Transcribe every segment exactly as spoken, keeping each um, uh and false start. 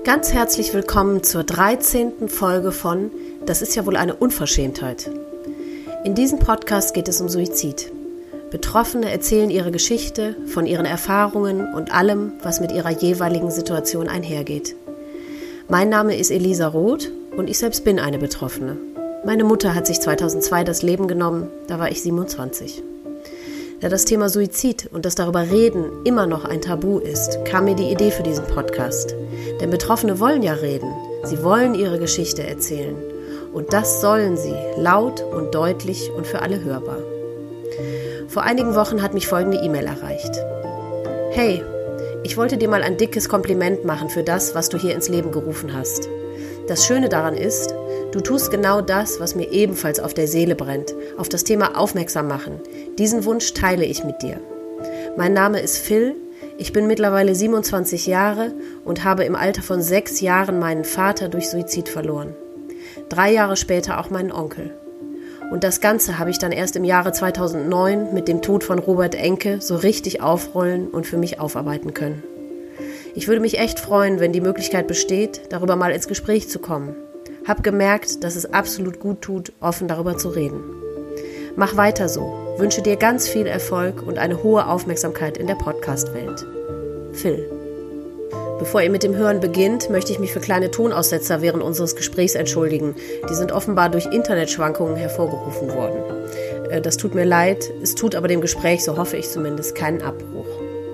Ganz herzlich willkommen zur dreizehnten Folge von Das ist ja wohl eine Unverschämtheit. In diesem Podcast geht es um Suizid. Betroffene erzählen ihre Geschichte von ihren Erfahrungen und allem, was mit ihrer jeweiligen Situation einhergeht. Mein Name ist Elisa Roth und ich selbst bin eine Betroffene. Meine Mutter hat sich zweitausendzwei das Leben genommen, da war ich siebenundzwanzig. Da das Thema Suizid und das darüber Reden immer noch ein Tabu ist, kam mir die Idee für diesen Podcast. Denn Betroffene wollen ja reden, sie wollen ihre Geschichte erzählen. Und das sollen sie, laut und deutlich und für alle hörbar. Vor einigen Wochen hat mich folgende E-Mail erreicht. Hey, ich wollte dir mal ein dickes Kompliment machen für das, was du hier ins Leben gerufen hast. Das Schöne daran ist, du tust genau das, was mir ebenfalls auf der Seele brennt, auf das Thema aufmerksam machen. Diesen Wunsch teile ich mit dir. Mein Name ist Phil, ich bin mittlerweile siebenundzwanzig Jahre und habe im Alter von sechs Jahren meinen Vater durch Suizid verloren. Drei Jahre später auch meinen Onkel. Und das Ganze habe ich dann erst im Jahre zweitausendneun mit dem Tod von Robert Enke so richtig aufrollen und für mich aufarbeiten können. Ich würde mich echt freuen, wenn die Möglichkeit besteht, darüber mal ins Gespräch zu kommen. Hab gemerkt, dass es absolut gut tut, offen darüber zu reden. Mach weiter so. Wünsche dir ganz viel Erfolg und eine hohe Aufmerksamkeit in der Podcast-Welt. Phil. Bevor ihr mit dem Hören beginnt, möchte ich mich für kleine Tonaussetzer während unseres Gesprächs entschuldigen. Die sind offenbar durch Internetschwankungen hervorgerufen worden. Das tut mir leid, es tut aber dem Gespräch, so hoffe ich zumindest, keinen Abbruch.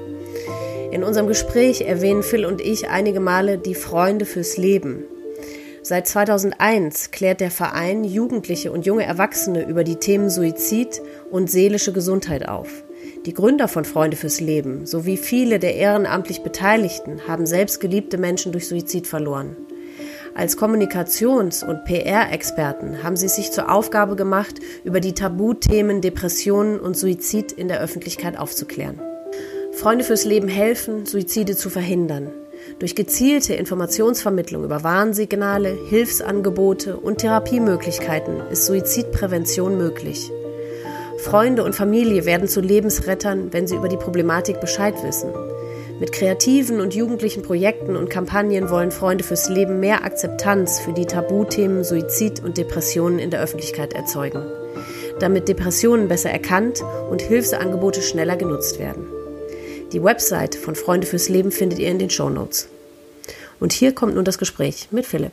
In unserem Gespräch erwähnen Phil und ich einige Male die Freunde fürs Leben. Seit zweitausendeins klärt der Verein Jugendliche und junge Erwachsene über die Themen Suizid und seelische Gesundheit auf. Die Gründer von Freunde fürs Leben sowie viele der ehrenamtlich Beteiligten haben selbst geliebte Menschen durch Suizid verloren. Als Kommunikations- und P R-Experten haben sie es sich zur Aufgabe gemacht, über die Tabuthemen Depressionen und Suizid in der Öffentlichkeit aufzuklären. Freunde fürs Leben helfen, Suizide zu verhindern. Durch gezielte Informationsvermittlung über Warnsignale, Hilfsangebote und Therapiemöglichkeiten ist Suizidprävention möglich. Freunde und Familie werden zu Lebensrettern, wenn sie über die Problematik Bescheid wissen. Mit kreativen und jugendlichen Projekten und Kampagnen wollen Freunde fürs Leben mehr Akzeptanz für die Tabuthemen Suizid und Depressionen in der Öffentlichkeit erzeugen, damit Depressionen besser erkannt und Hilfsangebote schneller genutzt werden. Die Website von Freunde fürs Leben findet ihr in den Shownotes. Und hier kommt nun das Gespräch mit Philipp.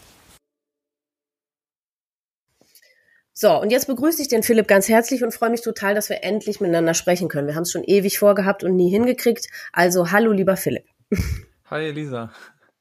So, und jetzt begrüße ich den Philipp ganz herzlich und freue mich total, dass wir endlich miteinander sprechen können. Wir haben es schon ewig vorgehabt und nie hingekriegt. Also hallo, lieber Philipp. Hi, Elisa.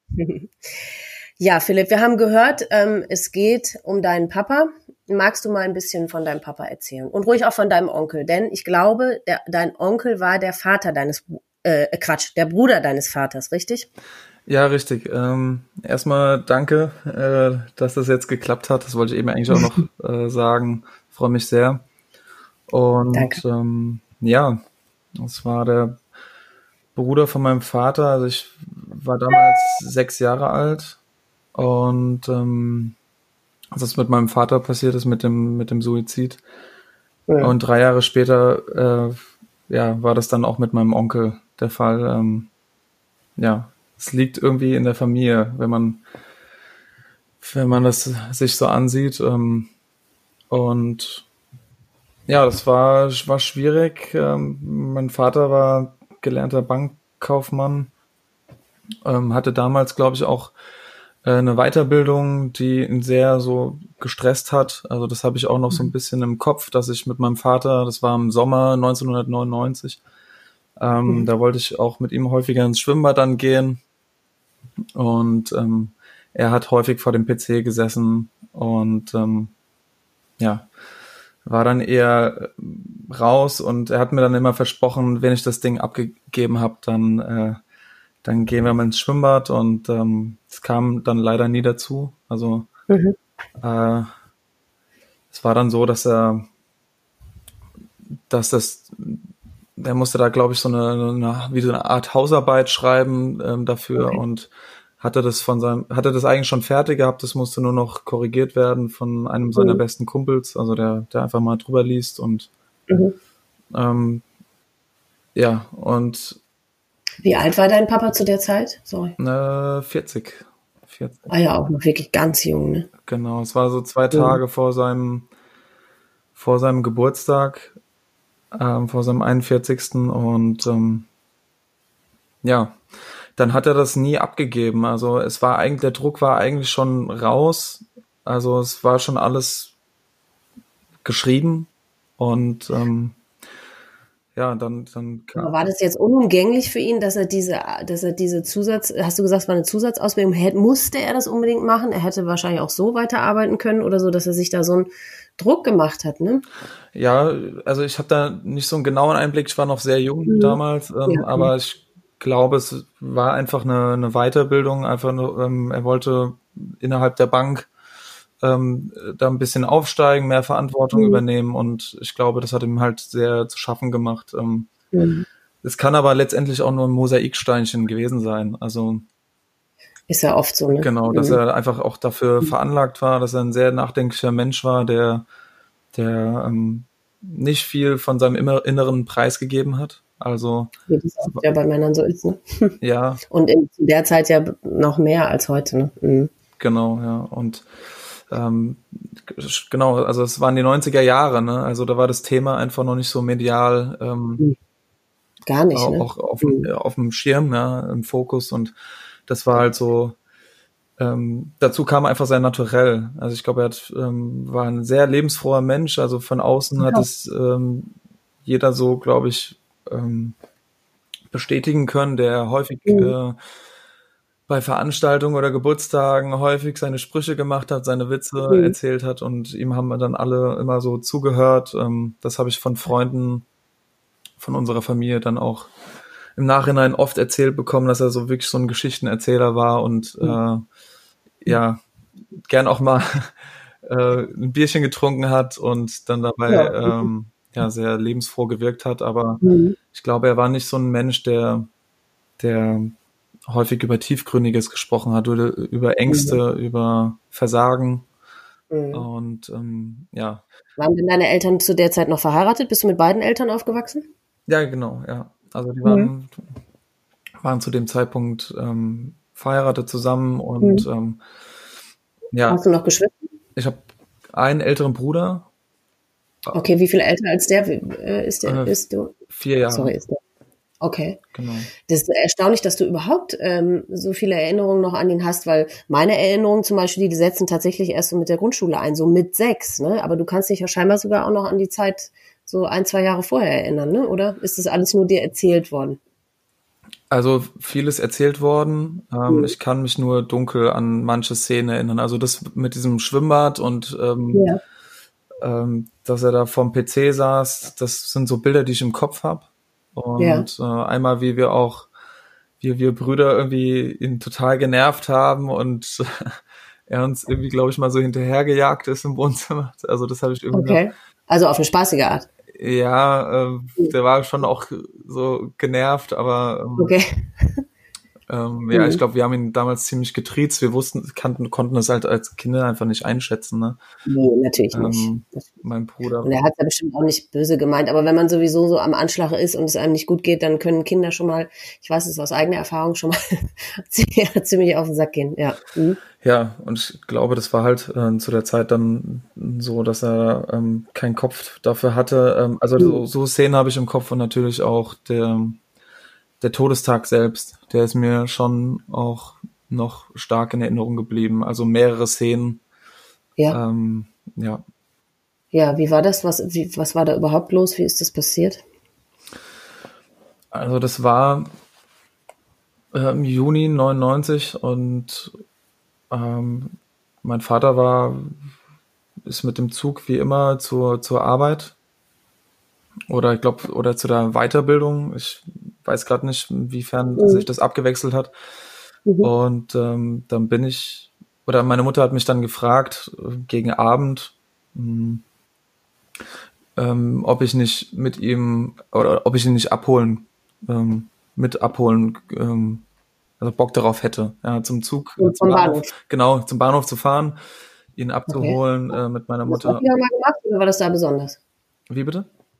Ja, Philipp, wir haben gehört, ähm, es geht um deinen Papa. Magst du mal ein bisschen von deinem Papa erzählen? Und ruhig auch von deinem Onkel, denn ich glaube, der, dein Onkel war der Vater deines, äh, Quatsch, der Bruder deines Vaters, richtig? Ja, richtig. Ähm, erstmal danke, äh, dass das jetzt geklappt hat. Das wollte ich eben eigentlich auch noch äh, sagen. Freue mich sehr. Und Danke. Ähm, ja, das war der Bruder von meinem Vater. Also ich war damals sechs Jahre alt und ähm, als das mit meinem Vater passiert ist, mit dem mit dem Suizid. Ja. Und drei Jahre später äh, ja, war das dann auch mit meinem Onkel der Fall. Ähm, ja, es liegt irgendwie in der Familie, wenn man wenn man das sich so ansieht. Ähm, und ja, das war war schwierig. Ähm, mein Vater war gelernter Bankkaufmann, ähm, hatte damals, glaube ich, auch eine Weiterbildung, die ihn sehr so gestresst hat. Also das habe ich auch noch so ein bisschen im Kopf, dass ich mit meinem Vater, das war im Sommer neunzehnhundertneunundneunzig, ähm, mhm. da wollte ich auch mit ihm häufiger ins Schwimmbad dann gehen. Und ähm, er hat häufig vor dem P C gesessen und ähm, ja, war dann eher raus und er hat mir dann immer versprochen, wenn ich das Ding abgegeben habe, dann äh, dann gehen wir mal ins Schwimmbad und ähm, es kam dann leider nie dazu. Also mhm. äh, es war dann so, dass er, dass das, er musste da, glaube ich, so eine, eine wie so eine Art Hausarbeit schreiben ähm, dafür okay. Und hatte das von seinem, hatte das eigentlich schon fertig gehabt. Das musste nur noch korrigiert werden von einem mhm. seiner besten Kumpels, also der, der einfach mal drüber liest und mhm. ähm, ja und Wie alt war dein Papa zu der Zeit? Sorry. Äh, vierzig. vierzig. Ah ja, auch noch wirklich ganz jung, ne? Genau, es war so zwei Tage mhm. vor seinem vor seinem Geburtstag, ähm, vor seinem einundvierzigsten Und ähm, ja, dann hat er das nie abgegeben. Also es war eigentlich, der Druck war eigentlich schon raus. Also es war schon alles geschrieben und ähm, ja, dann, dann kam. Aber war das jetzt unumgänglich für ihn, dass er diese, dass er diese Zusatz, hast du gesagt, es war eine Zusatzausbildung, hätte, musste er das unbedingt machen? Er hätte wahrscheinlich auch so weiterarbeiten können oder so, dass er sich da so einen Druck gemacht hat, ne? Ja, also ich habe da nicht so einen genauen Einblick, ich war noch sehr jung mhm. damals, ähm, ja, aber ich glaube, es war einfach eine, eine Weiterbildung, einfach nur, ähm, er wollte innerhalb der Bank ähm, da ein bisschen aufsteigen, mehr Verantwortung mhm. übernehmen und ich glaube, das hat ihm halt sehr zu schaffen gemacht. Ähm, mhm. Es kann aber letztendlich auch nur ein Mosaiksteinchen gewesen sein, also ist ja oft so, ne? Genau, dass mhm. er einfach auch dafür mhm. veranlagt war, dass er ein sehr nachdenklicher Mensch war, der, der ähm, nicht viel von seinem Inneren preisgegeben hat. Also wie das auch ja bei Männern so ist, ne? Ja. Und in der Zeit ja noch mehr als heute, ne? Mhm. Genau, ja. Und ähm, genau, also es waren die neunziger Jahre, ne? Also da war das Thema einfach noch nicht so medial ähm, gar nicht, auch, ne? auch auf, mhm. auf dem Schirm, ja, im Fokus und das war halt so, ähm, dazu kam einfach sein Naturell. Also ich glaube, er hat, ähm, war ein sehr lebensfroher Mensch. Also von außen ja. hat es ähm, jeder so, glaube ich, ähm, bestätigen können, der häufig mhm. äh, bei Veranstaltungen oder Geburtstagen häufig seine Sprüche gemacht hat, seine Witze mhm. erzählt hat und ihm haben wir dann alle immer so zugehört. Ähm, das habe ich von Freunden von unserer Familie dann auch im Nachhinein oft erzählt bekommen, dass er so wirklich so ein Geschichtenerzähler war und äh, ja, gern auch mal äh, ein Bierchen getrunken hat und dann dabei ja, ähm, ja sehr lebensfroh gewirkt hat. Aber mhm. ich glaube, er war nicht so ein Mensch, der, der häufig über Tiefgründiges gesprochen hat, oder über Ängste, mhm. über Versagen. Mhm. Und ähm, ja. Waren denn deine Eltern zu der Zeit noch verheiratet? Bist du mit beiden Eltern aufgewachsen? Ja, genau, ja. Also die waren, mhm. waren zu dem Zeitpunkt ähm, verheiratet zusammen und mhm. ähm, ja. Hast du noch Geschwister? Ich habe einen älteren Bruder. Okay, wie viel älter als der äh, ist der? Äh, ist du? Vier Jahre. Sorry, ist der. Okay. Genau. Das ist erstaunlich, dass du überhaupt ähm, so viele Erinnerungen noch an ihn hast, weil meine Erinnerungen zum Beispiel, die setzen tatsächlich erst so mit der Grundschule ein, so mit sechs, ne? Aber du kannst dich ja scheinbar sogar auch noch an die Zeit so ein, zwei Jahre vorher erinnern, ne? Oder ist das alles nur dir erzählt worden? Also vieles erzählt worden. Ähm, mhm. Ich kann mich nur dunkel an manche Szenen erinnern. Also das mit diesem Schwimmbad und ähm, ja. ähm, dass er da vorm P C saß, das sind so Bilder, die ich im Kopf habe. Und ja. äh, einmal, wie wir auch, wie wir Brüder irgendwie ihn total genervt haben und er uns irgendwie, glaube ich, mal so hinterhergejagt ist im Wohnzimmer. Also das habe ich irgendwie. Okay. Also auf eine spaßige Art. Ja, äh, der war schon auch so genervt, aber ähm, okay. ähm, ja, mhm. ich glaube, wir haben ihn damals ziemlich getriezt. Wir wussten, kannten, konnten das halt als Kinder einfach nicht einschätzen. Ne? Nee, natürlich ähm, nicht. Mein Bruder. Und er hat es ja bestimmt auch nicht böse gemeint, aber wenn man sowieso so am Anschlag ist und es einem nicht gut geht, dann können Kinder schon mal, ich weiß es aus eigener Erfahrung, schon mal ziemlich auf den Sack gehen. Ja, mhm. Ja, und ich glaube, das war halt äh, zu der Zeit dann so, dass er ähm, keinen Kopf dafür hatte. Ähm, also mhm. so, so Szenen habe ich im Kopf und natürlich auch der der Todestag selbst, der ist mir schon auch noch stark in Erinnerung geblieben. Also mehrere Szenen. Ja. Ähm, ja. Ja, wie war das? Was, wie, was war da überhaupt los? Wie ist das passiert? Also das war äh, im Juni neunundneunzig und ähm, mein Vater war, ist mit dem Zug wie immer zur, zur Arbeit oder ich glaube, oder zu der Weiterbildung. Ich weiß gerade nicht, inwiefern mhm. sich das abgewechselt hat. Mhm. Und ähm, dann bin ich, oder meine Mutter hat mich dann gefragt, gegen Abend, mh, ähm, ob ich nicht mit ihm, oder ob ich ihn nicht abholen, ähm, mit abholen, ähm, also Bock darauf hätte, ja, zum Zug, ja, zum Bahnhof, Bahnhof, genau, zum Bahnhof zu fahren, ihn abzuholen okay. äh, mit meiner Mutter. Hast du das mal gemacht oder war das da besonders? Wie bitte?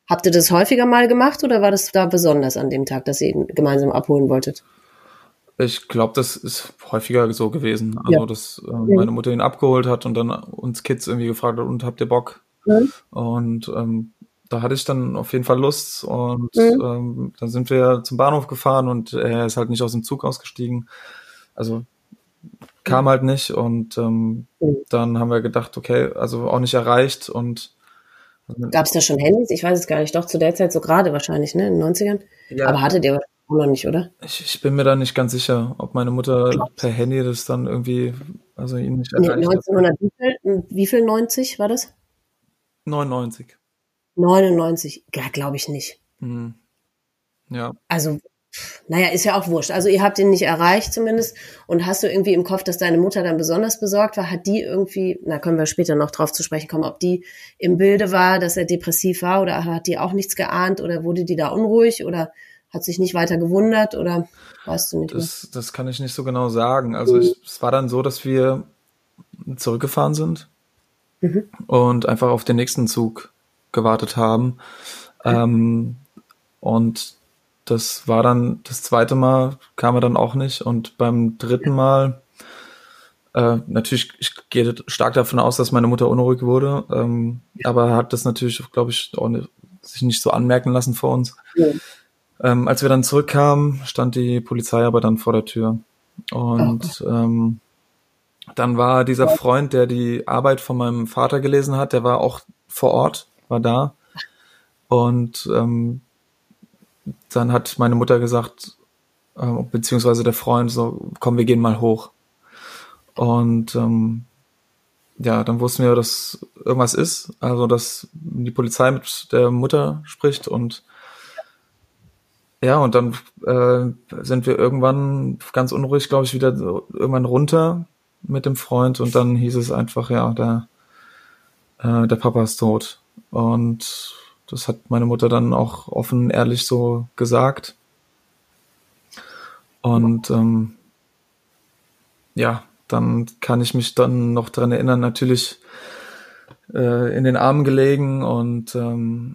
Habt ihr das häufiger mal gemacht oder war das da besonders an dem Tag, dass ihr ihn gemeinsam abholen wolltet? Ich glaube, das ist häufiger so gewesen. Also, Ja. dass äh, meine Mutter ihn abgeholt hat und dann uns Kids irgendwie gefragt hat, und habt ihr Bock? Mhm. Und ähm, da hatte ich dann auf jeden Fall Lust und Mhm. ähm, dann sind wir zum Bahnhof gefahren und er ist halt nicht aus dem Zug ausgestiegen. Also kam halt nicht und ähm, Mhm. dann haben wir gedacht, okay, also auch nicht erreicht und Gab es da schon Handys? Ich weiß es gar nicht. Doch, zu der Zeit so gerade wahrscheinlich, ne? In den neunzigern? ja, Aber hattet ihr auch noch nicht, oder? ich, ich bin mir da nicht ganz sicher, ob meine Mutter per Handy das dann irgendwie, also ihn nicht Nee, erreicht hat. neunzehnhundert, wie viel, wie viel neunzig war das? neunundneunzig. neunundneunzig. Ja, glaube ich nicht. Mhm. Ja. Also, pff, naja, ist ja auch wurscht. Also ihr habt ihn nicht erreicht zumindest. Und hast du irgendwie im Kopf, dass deine Mutter dann besonders besorgt war? Hat die irgendwie, na können wir später noch drauf zu sprechen kommen, ob die im Bilde war, dass er depressiv war oder hat die auch nichts geahnt oder wurde die da unruhig oder hat sich nicht weiter gewundert oder weißt du nicht mehr? Das, das kann ich nicht so genau sagen. Also ich, es war dann so, dass wir zurückgefahren sind Mhm. und einfach auf den nächsten Zug gewartet haben. Ähm, und das war dann das zweite Mal, kam er dann auch nicht. Und beim dritten Mal, äh, natürlich, ich gehe stark davon aus, dass meine Mutter unruhig wurde, ähm, aber hat das natürlich, glaube ich, auch nicht, sich nicht so anmerken lassen vor uns. Ja. Ähm, als wir dann zurückkamen, stand die Polizei aber dann vor der Tür. Und ähm, dann war dieser Freund, der die Arbeit von meinem Vater gelesen hat, der war auch vor Ort, war da. Und ähm, dann hat meine Mutter gesagt, äh, beziehungsweise der Freund, so, komm, wir gehen mal hoch. Und ähm, ja, dann wussten wir, dass irgendwas ist, also dass die Polizei mit der Mutter spricht und ja, und dann äh, sind wir irgendwann ganz unruhig, glaube ich, wieder so irgendwann runter mit dem Freund und dann hieß es einfach, ja, der, äh, der Papa ist tot. Und das hat meine Mutter dann auch offen, ehrlich so gesagt. Und ähm, ja, dann kann ich mich dann noch dran erinnern, natürlich äh, in den Armen gelegen und ähm,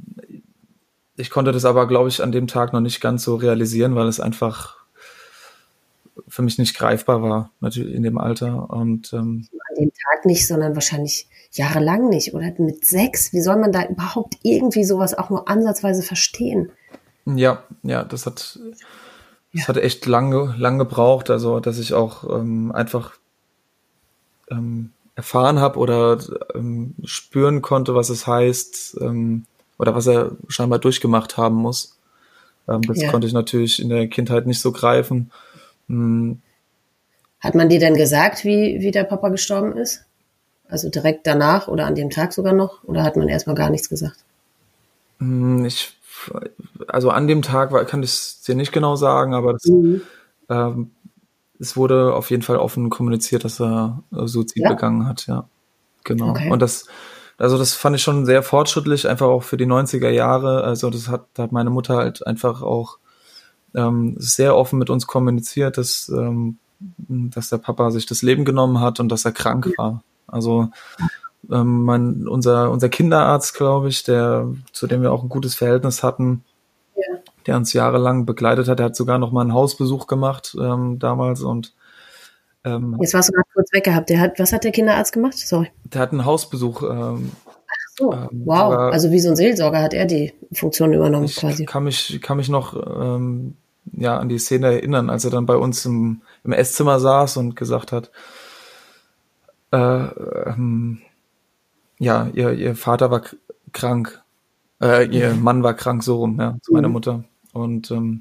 ich konnte das aber, glaube ich, an dem Tag noch nicht ganz so realisieren, weil es einfach für mich nicht greifbar war, natürlich in dem Alter. Und ähm, An dem Tag nicht, sondern wahrscheinlich jahrelang nicht, oder? Mit sechs, wie soll man da überhaupt irgendwie sowas auch nur ansatzweise verstehen? ja, ja, das hat, das hat echt lange, lang gebraucht, also dass ich auch ähm, einfach ähm, erfahren habe oder ähm, spüren konnte, was es heißt ähm, oder was er scheinbar durchgemacht haben muss. Ähm, das Ja. konnte ich natürlich in der Kindheit nicht so greifen. Hm, Hat man dir denn gesagt, wie, wie der Papa gestorben ist? Also direkt danach oder an dem Tag sogar noch? Oder hat man erstmal gar nichts gesagt? hm, ich, also an dem Tag war, kann ich es dir nicht genau sagen, aber das, Mhm. ähm, es wurde auf jeden Fall offen kommuniziert, dass er äh, Suizid Ja? begangen hat, ja. Genau. Okay. Und das, also das fand ich schon sehr fortschrittlich, einfach auch für die neunziger Jahre. Also das hat, da hat meine Mutter halt einfach auch ähm, sehr offen mit uns kommuniziert, dass, ähm, dass der Papa sich das Leben genommen hat und dass er krank war. Also ähm, mein, unser, unser Kinderarzt, glaube ich, der, zu dem wir auch ein gutes Verhältnis hatten, Ja. der uns jahrelang begleitet hat, der hat sogar noch mal einen Hausbesuch gemacht ähm, damals und ähm, Jetzt warst du gerade kurz weggehabt. Der hat, was hat der Kinderarzt gemacht? Sorry. der hat einen Hausbesuch. Ähm, So, ähm, wow. sogar, Also wie so ein Seelsorger hat er die Funktion übernommen ich quasi. kann mich, kann mich noch ähm, ja, an die Szene erinnern, als er dann bei uns im, im Esszimmer saß und gesagt hat, äh, ähm, ja, ihr, ihr Vater war k- krank, äh, ihr Mann war krank, so rum, ja, zu meiner Mhm. Mutter. Und ähm,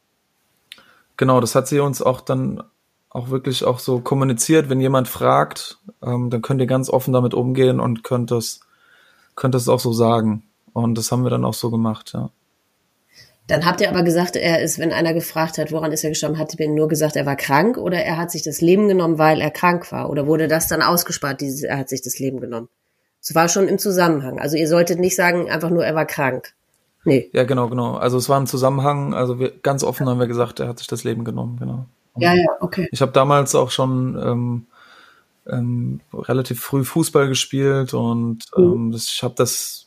genau, das hat sie uns auch dann auch wirklich auch so kommuniziert, wenn jemand fragt, ähm, dann könnt ihr ganz offen damit umgehen und könnt das, könnt das auch so sagen. Und das haben wir dann auch so gemacht, ja. Dann habt ihr aber gesagt, er ist, wenn einer gefragt hat, woran ist er gestorben, hat ihr nur gesagt, er war krank oder er hat sich das Leben genommen, weil er krank war? Oder wurde das dann ausgespart, dieses, er hat sich das Leben genommen? Es war schon im Zusammenhang. Also ihr solltet nicht sagen, einfach nur, er war krank. Nee. Ja, genau, genau. Also es war ein Zusammenhang, also wir, ganz offen haben wir gesagt, er hat sich das Leben genommen, genau. Und Ja, ja, okay. ich habe damals auch schon ähm, ähm, relativ früh Fußball gespielt und Mhm. ähm, das, ich habe das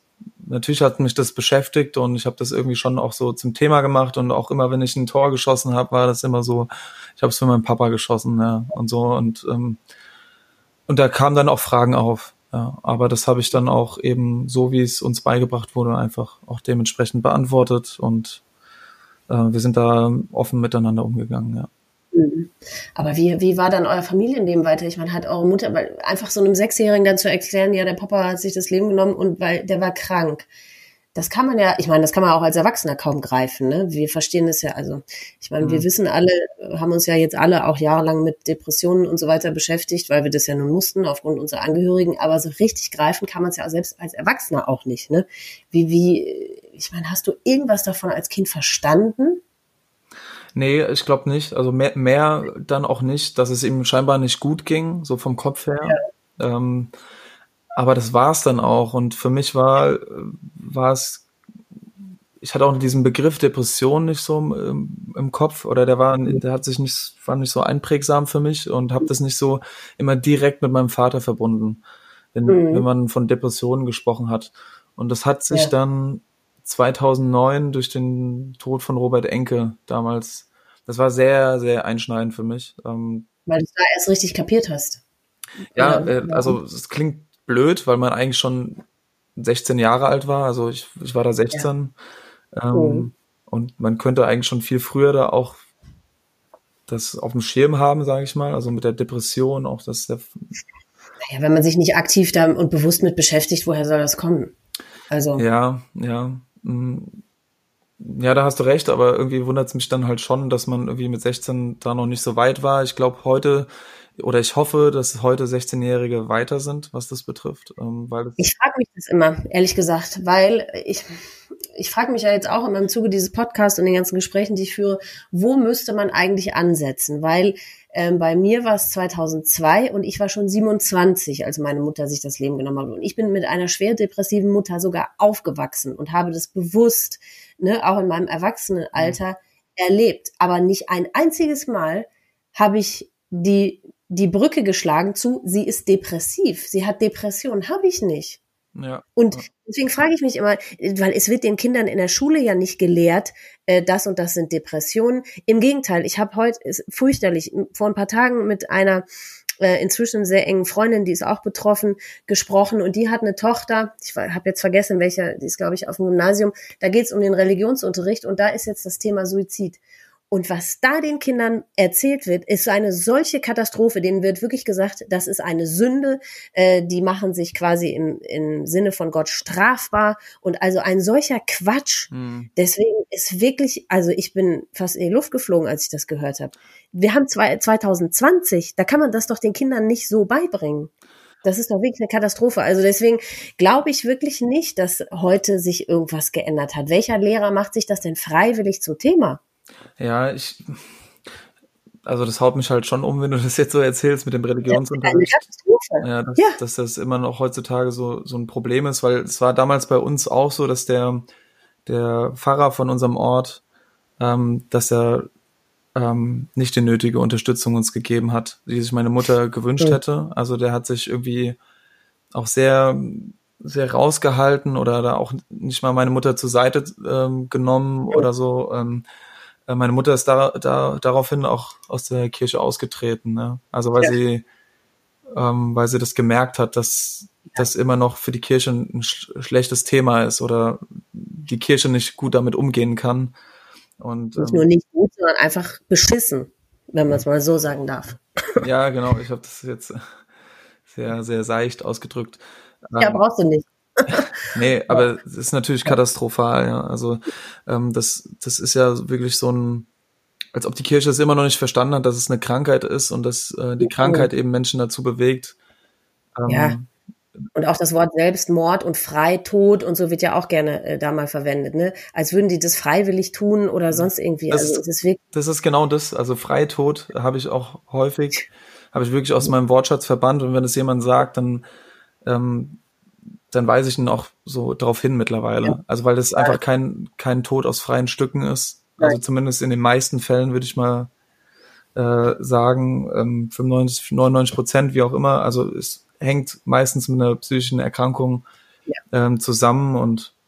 natürlich hat mich das beschäftigt und ich habe das irgendwie schon auch so zum Thema gemacht und auch immer, wenn ich ein Tor geschossen habe, war das immer so, ich habe es für meinen Papa geschossen, ja, und so und ähm, und da kamen dann auch Fragen auf, ja, aber das habe ich dann auch eben so, wie es uns beigebracht wurde, einfach auch dementsprechend beantwortet und äh, wir sind da offen miteinander umgegangen, ja. Aber wie, wie war dann euer Familienleben weiter? Ich meine, hat eure Mutter, weil einfach so einem Sechsjährigen dann zu erklären, ja, der Papa hat sich das Leben genommen und weil der war krank. Das kann man ja, ich meine, das kann man auch als Erwachsener kaum greifen, ne? Wir verstehen das ja, also, ich meine, mhm. wir wissen alle, haben uns ja jetzt alle auch jahrelang mit Depressionen und so weiter beschäftigt, weil wir das ja nun mussten aufgrund unserer Angehörigen, aber so richtig greifen kann man es ja selbst als Erwachsener auch nicht, ne? Wie, wie, ich meine, hast du irgendwas davon als Kind verstanden? Nee, ich glaube nicht. Also mehr, mehr dann auch nicht, dass es ihm scheinbar nicht gut ging, so vom Kopf her. Ja. Ähm, aber das war es dann auch. Und für mich war, war es, ich hatte auch diesen Begriff Depression nicht so im, im Kopf oder der war, der hat sich nicht, war nicht so einprägsam für mich und habe das nicht so immer direkt mit meinem Vater verbunden, wenn, mhm. wenn man von Depressionen gesprochen hat. Und das hat sich ja. dann zweitausendneun durch den Tod von Robert Enke damals, das war sehr, sehr einschneidend für mich. Ähm, weil du es da erst richtig kapiert hast. Ja, äh, also es klingt blöd, weil man eigentlich schon sechzehn Jahre alt war, also ich, ich war da sechzehn ja. ähm, mhm. und man könnte eigentlich schon viel früher da auch das auf dem Schirm haben, sage ich mal, also mit der Depression, auch das der Naja, wenn man sich nicht aktiv da und bewusst mit beschäftigt, woher soll das kommen? Also ja, ja. Ja, da hast du recht, aber irgendwie wundert es mich dann halt schon, dass man irgendwie mit sechzehn da noch nicht so weit war. Ich glaube heute, oder ich hoffe, dass heute sechzehnjährige weiter sind, was das betrifft. Ähm, weil das ich frage mich das immer, ehrlich gesagt, weil ich, ich frage mich ja jetzt auch immer im Zuge dieses Podcasts und den ganzen Gesprächen, die ich führe, wo müsste man eigentlich ansetzen? Weil ähm, bei mir war es zweitausendzwei und ich war schon siebenundzwanzig, als meine Mutter sich das Leben genommen hat. Und ich bin mit einer schwer depressiven Mutter sogar aufgewachsen und habe das bewusst, ne, auch in meinem Erwachsenenalter mhm. erlebt. Aber nicht ein einziges Mal habe ich die die Brücke geschlagen zu, sie ist depressiv, sie hat Depression, habe ich nicht. Ja. Und deswegen frage ich mich immer, weil es wird den Kindern in der Schule ja nicht gelehrt, äh, das und das sind Depressionen. Im Gegenteil, ich habe heute, ist fürchterlich, vor ein paar Tagen mit einer äh, inzwischen sehr engen Freundin, die ist auch betroffen, gesprochen und die hat eine Tochter, ich habe jetzt vergessen, welcher, die ist glaube ich auf dem Gymnasium, da geht es um den Religionsunterricht und da ist jetzt das Thema Suizid. Und was da den Kindern erzählt wird, ist eine solche Katastrophe. Denen wird wirklich gesagt, das ist eine Sünde. Äh, die machen sich quasi im, im Sinne von Gott strafbar. Und also ein solcher Quatsch. Mhm. Deswegen ist wirklich, also ich bin fast in die Luft geflogen, als ich das gehört habe. Wir haben zwei, zwanzig zwanzig, da kann man das doch den Kindern nicht so beibringen. Das ist doch wirklich eine Katastrophe. Also deswegen glaube ich wirklich nicht, dass heute sich irgendwas geändert hat. Welcher Lehrer macht sich das denn freiwillig zum Thema? Ja, ich, also das haut mich halt schon um, wenn du das jetzt so erzählst mit dem Religionsunterricht. Ja, dass, ja. dass das immer noch heutzutage so, so ein Problem ist, weil es war damals bei uns auch so, dass der, der Pfarrer von unserem Ort, ähm, dass er ähm, nicht die nötige Unterstützung uns gegeben hat, die sich meine Mutter gewünscht mhm. hätte. Also der hat sich irgendwie auch sehr, sehr rausgehalten oder da auch nicht mal meine Mutter zur Seite ähm, genommen mhm. oder so. Ähm, Meine Mutter ist da, da daraufhin auch aus der Kirche ausgetreten, ne? Also weil ja. sie, ähm, weil sie das gemerkt hat, dass ja. das immer noch für die Kirche ein sch- schlechtes Thema ist oder die Kirche nicht gut damit umgehen kann. Und nicht ähm, nur nicht gut, sondern einfach beschissen, wenn man es mal so sagen darf. Ja, genau. Ich habe das jetzt sehr, sehr seicht ausgedrückt. Ja, brauchst du nicht. Nee, aber es ist natürlich katastrophal, ja. Also ähm, das, das ist ja wirklich so ein, als ob die Kirche es immer noch nicht verstanden hat, dass es eine Krankheit ist und dass äh, die Krankheit eben Menschen dazu bewegt. Ähm, ja. Und auch das Wort Selbstmord und Freitod und so wird ja auch gerne äh, da mal verwendet, ne? Als würden die das freiwillig tun oder sonst irgendwie. Das, also, ist, es ist wirklich das ist genau das. Also Freitod habe ich auch häufig, habe ich wirklich aus meinem Wortschatz verbannt und wenn es jemand sagt, dann ähm, dann weise ich ihn auch so darauf hin mittlerweile. Ja. Also weil das ja. einfach kein kein Tod aus freien Stücken ist. Nein. Also zumindest in den meisten Fällen würde ich mal äh, sagen, ähm, fünfundneunzig, neunundneunzig Prozent, wie auch immer. Also es hängt meistens mit einer psychischen Erkrankung ja. ähm, zusammen und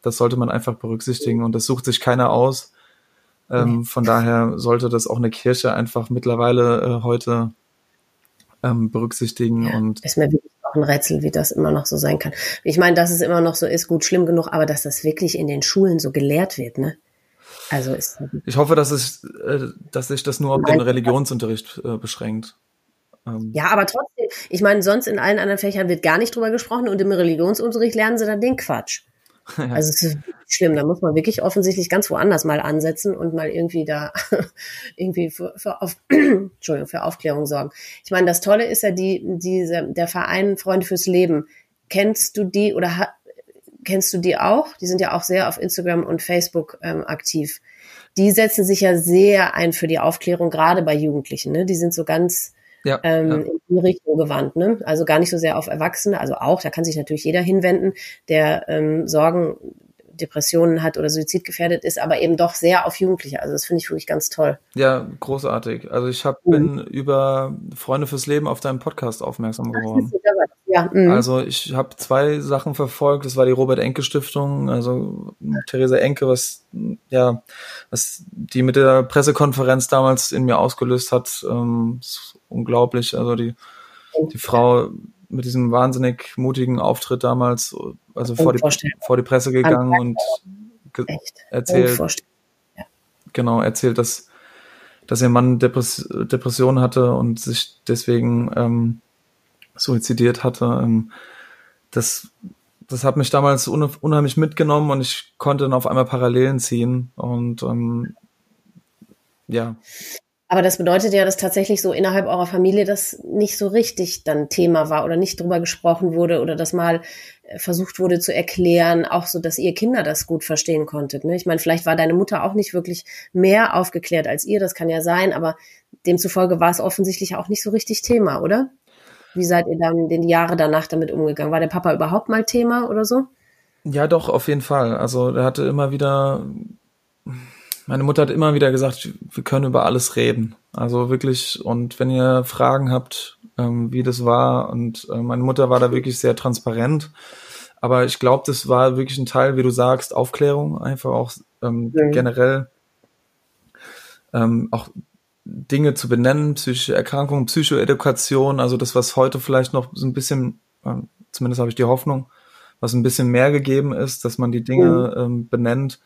das sollte man einfach berücksichtigen und das sucht sich keiner aus. Ähm, von daher sollte das auch eine Kirche einfach mittlerweile äh, heute ähm, berücksichtigen. Ja, und ist mir wirklich auch ein Rätsel, wie das immer noch so sein kann. Ich meine, dass es immer noch so ist, gut, schlimm genug, aber dass das wirklich in den Schulen so gelehrt wird, ne? Also ist Ich hoffe, dass es, äh, dass sich das nur auf den Religionsunterricht äh, beschränkt. Ähm, ja, aber trotzdem, ich meine, sonst in allen anderen Fächern wird gar nicht drüber gesprochen und im Religionsunterricht lernen sie dann den Quatsch. ja. Also es ist wirklich schlimm, da muss man wirklich offensichtlich ganz woanders mal ansetzen und mal irgendwie da irgendwie für, für, auf, Entschuldigung, für Aufklärung sorgen. Ich meine, das Tolle ist ja die, diese, der Verein Freunde fürs Leben. Kennst du die oder ha, kennst du die auch? Die sind ja auch sehr auf Instagram und Facebook ähm, aktiv. Die setzen sich ja sehr ein für die Aufklärung, gerade bei Jugendlichen. Ne? Die sind so ganz Ja, ähm, ja. in die Richtung gewandt, ne? Also gar nicht so sehr auf Erwachsene, also auch, da kann sich natürlich jeder hinwenden, der ähm, Sorgen, Depressionen hat oder suizidgefährdet ist, aber eben doch sehr auf Jugendliche. Also das finde ich wirklich ganz toll. Ja, großartig. Also ich hab, Mhm. bin über Freunde fürs Leben auf deinen Podcast aufmerksam geworden. Ja, mhm. Also ich habe zwei Sachen verfolgt. Das war die Robert-Enke-Stiftung, also Theresa Enke, was ja, was die mit der Pressekonferenz damals in mir ausgelöst hat, ähm, ist unglaublich. Also die die Frau mit diesem wahnsinnig mutigen Auftritt damals, also vor die, vor die Presse gegangen und ge- erzählt, ja. genau, erzählt, dass, dass ihr Mann Depress- Depressionen hatte und sich deswegen ähm, suizidiert hatte. Ähm, das, das hat mich damals un- unheimlich mitgenommen und ich konnte dann auf einmal Parallelen ziehen und ähm, ja. Aber das bedeutet ja, dass tatsächlich so innerhalb eurer Familie das nicht so richtig dann Thema war oder nicht drüber gesprochen wurde oder dass mal versucht wurde zu erklären, auch so, dass ihr Kinder das gut verstehen konntet. Ne? Ich meine, vielleicht war deine Mutter auch nicht wirklich mehr aufgeklärt als ihr, das kann ja sein, aber demzufolge war es offensichtlich auch nicht so richtig Thema, oder? Wie seid ihr dann die Jahre danach damit umgegangen? War der Papa überhaupt mal Thema oder so? Ja, doch, auf jeden Fall. Also er hatte immer wieder... Meine Mutter hat immer wieder gesagt, wir können über alles reden. Also wirklich, und wenn ihr Fragen habt, ähm, wie das war, und äh, meine Mutter war da wirklich sehr transparent. Aber ich glaube, das war wirklich ein Teil, wie du sagst, Aufklärung, einfach auch ähm, mhm. generell ähm, auch Dinge zu benennen, psychische Erkrankungen, Psychoedukation, also das, was heute vielleicht noch so ein bisschen, äh, zumindest habe ich die Hoffnung, was ein bisschen mehr gegeben ist, dass man die Dinge mhm. ähm, benennt,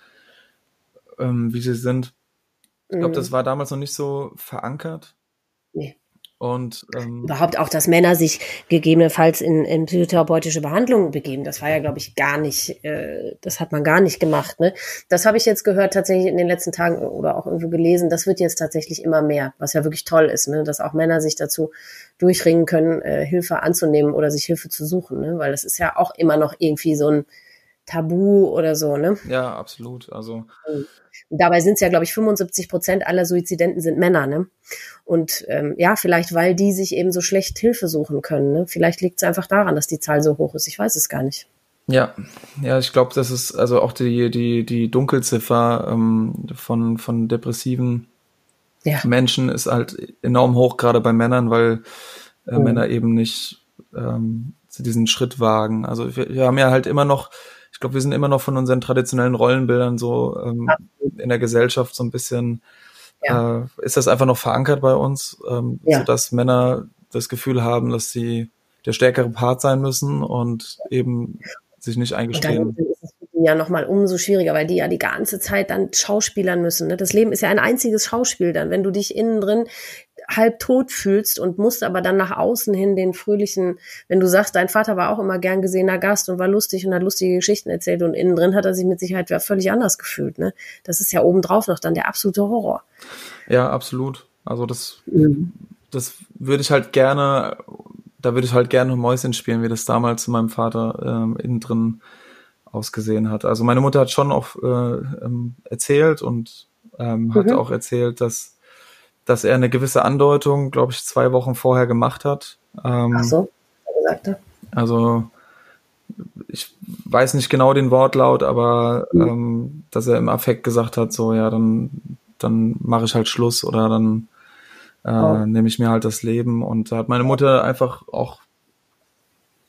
Ähm, wie sie sind. Ich glaube, das war damals noch nicht so verankert. Nee. Und ähm, überhaupt auch, dass Männer sich gegebenenfalls in, in psychotherapeutische Behandlungen begeben. Das war ja, glaube ich, gar nicht, äh, das hat man gar nicht gemacht. Ne? Das habe ich jetzt gehört, tatsächlich in den letzten Tagen oder auch irgendwo gelesen, das wird jetzt tatsächlich immer mehr, was ja wirklich toll ist, ne? Dass auch Männer sich dazu durchringen können, äh, Hilfe anzunehmen oder sich Hilfe zu suchen, ne? Weil das ist ja auch immer noch irgendwie so ein Tabu oder so, ne? Ja, absolut. Also dabei sind es ja, glaube ich, fünfundsiebzig Prozent aller Suizidenten sind Männer, ne? Und ähm, ja, vielleicht, weil die sich eben so schlecht Hilfe suchen können, ne? Vielleicht liegt es einfach daran, dass die Zahl so hoch ist. Ich weiß es gar nicht. Ja, ja, ich glaube, das ist also auch die die die Dunkelziffer ähm, von von depressiven ja. Menschen ist halt enorm hoch, gerade bei Männern, weil äh, mhm. Männer eben nicht ähm, diesen Schritt wagen. Also wir, wir haben ja halt immer noch Ich glaube, wir sind immer noch von unseren traditionellen Rollenbildern so ähm, in der Gesellschaft so ein bisschen, ja. äh, ist das einfach noch verankert bei uns, ähm, ja. sodass Männer das Gefühl haben, dass sie der stärkere Part sein müssen und eben sich nicht eingestehen. Und dann ist es für die ja nochmal umso schwieriger, weil die ja die ganze Zeit dann schauspielern müssen. Ne? Das Leben ist ja ein einziges Schauspiel dann, wenn du dich innen drin halb tot fühlst und musst aber dann nach außen hin den fröhlichen, wenn du sagst, dein Vater war auch immer gern gesehener Gast und war lustig und hat lustige Geschichten erzählt und innen drin hat er sich mit Sicherheit völlig anders gefühlt. Ne? Das ist ja obendrauf noch dann der absolute Horror. Ja, absolut. Also das, mhm. das würde ich halt gerne, da würde ich halt gerne Mäuschen spielen, wie das damals zu meinem Vater ähm, innen drin ausgesehen hat. Also meine Mutter hat schon auch äh, ähm, erzählt und ähm, mhm. hat auch erzählt, dass dass er eine gewisse Andeutung, glaube ich, zwei Wochen vorher gemacht hat. Ähm, Ach so, was gesagt hat. Also ich weiß nicht genau den Wortlaut, aber mhm. ähm, dass er im Affekt gesagt hat, so ja, dann dann mache ich halt Schluss oder dann äh, oh. nehme ich mir halt das Leben. Und da hat meine Mutter einfach auch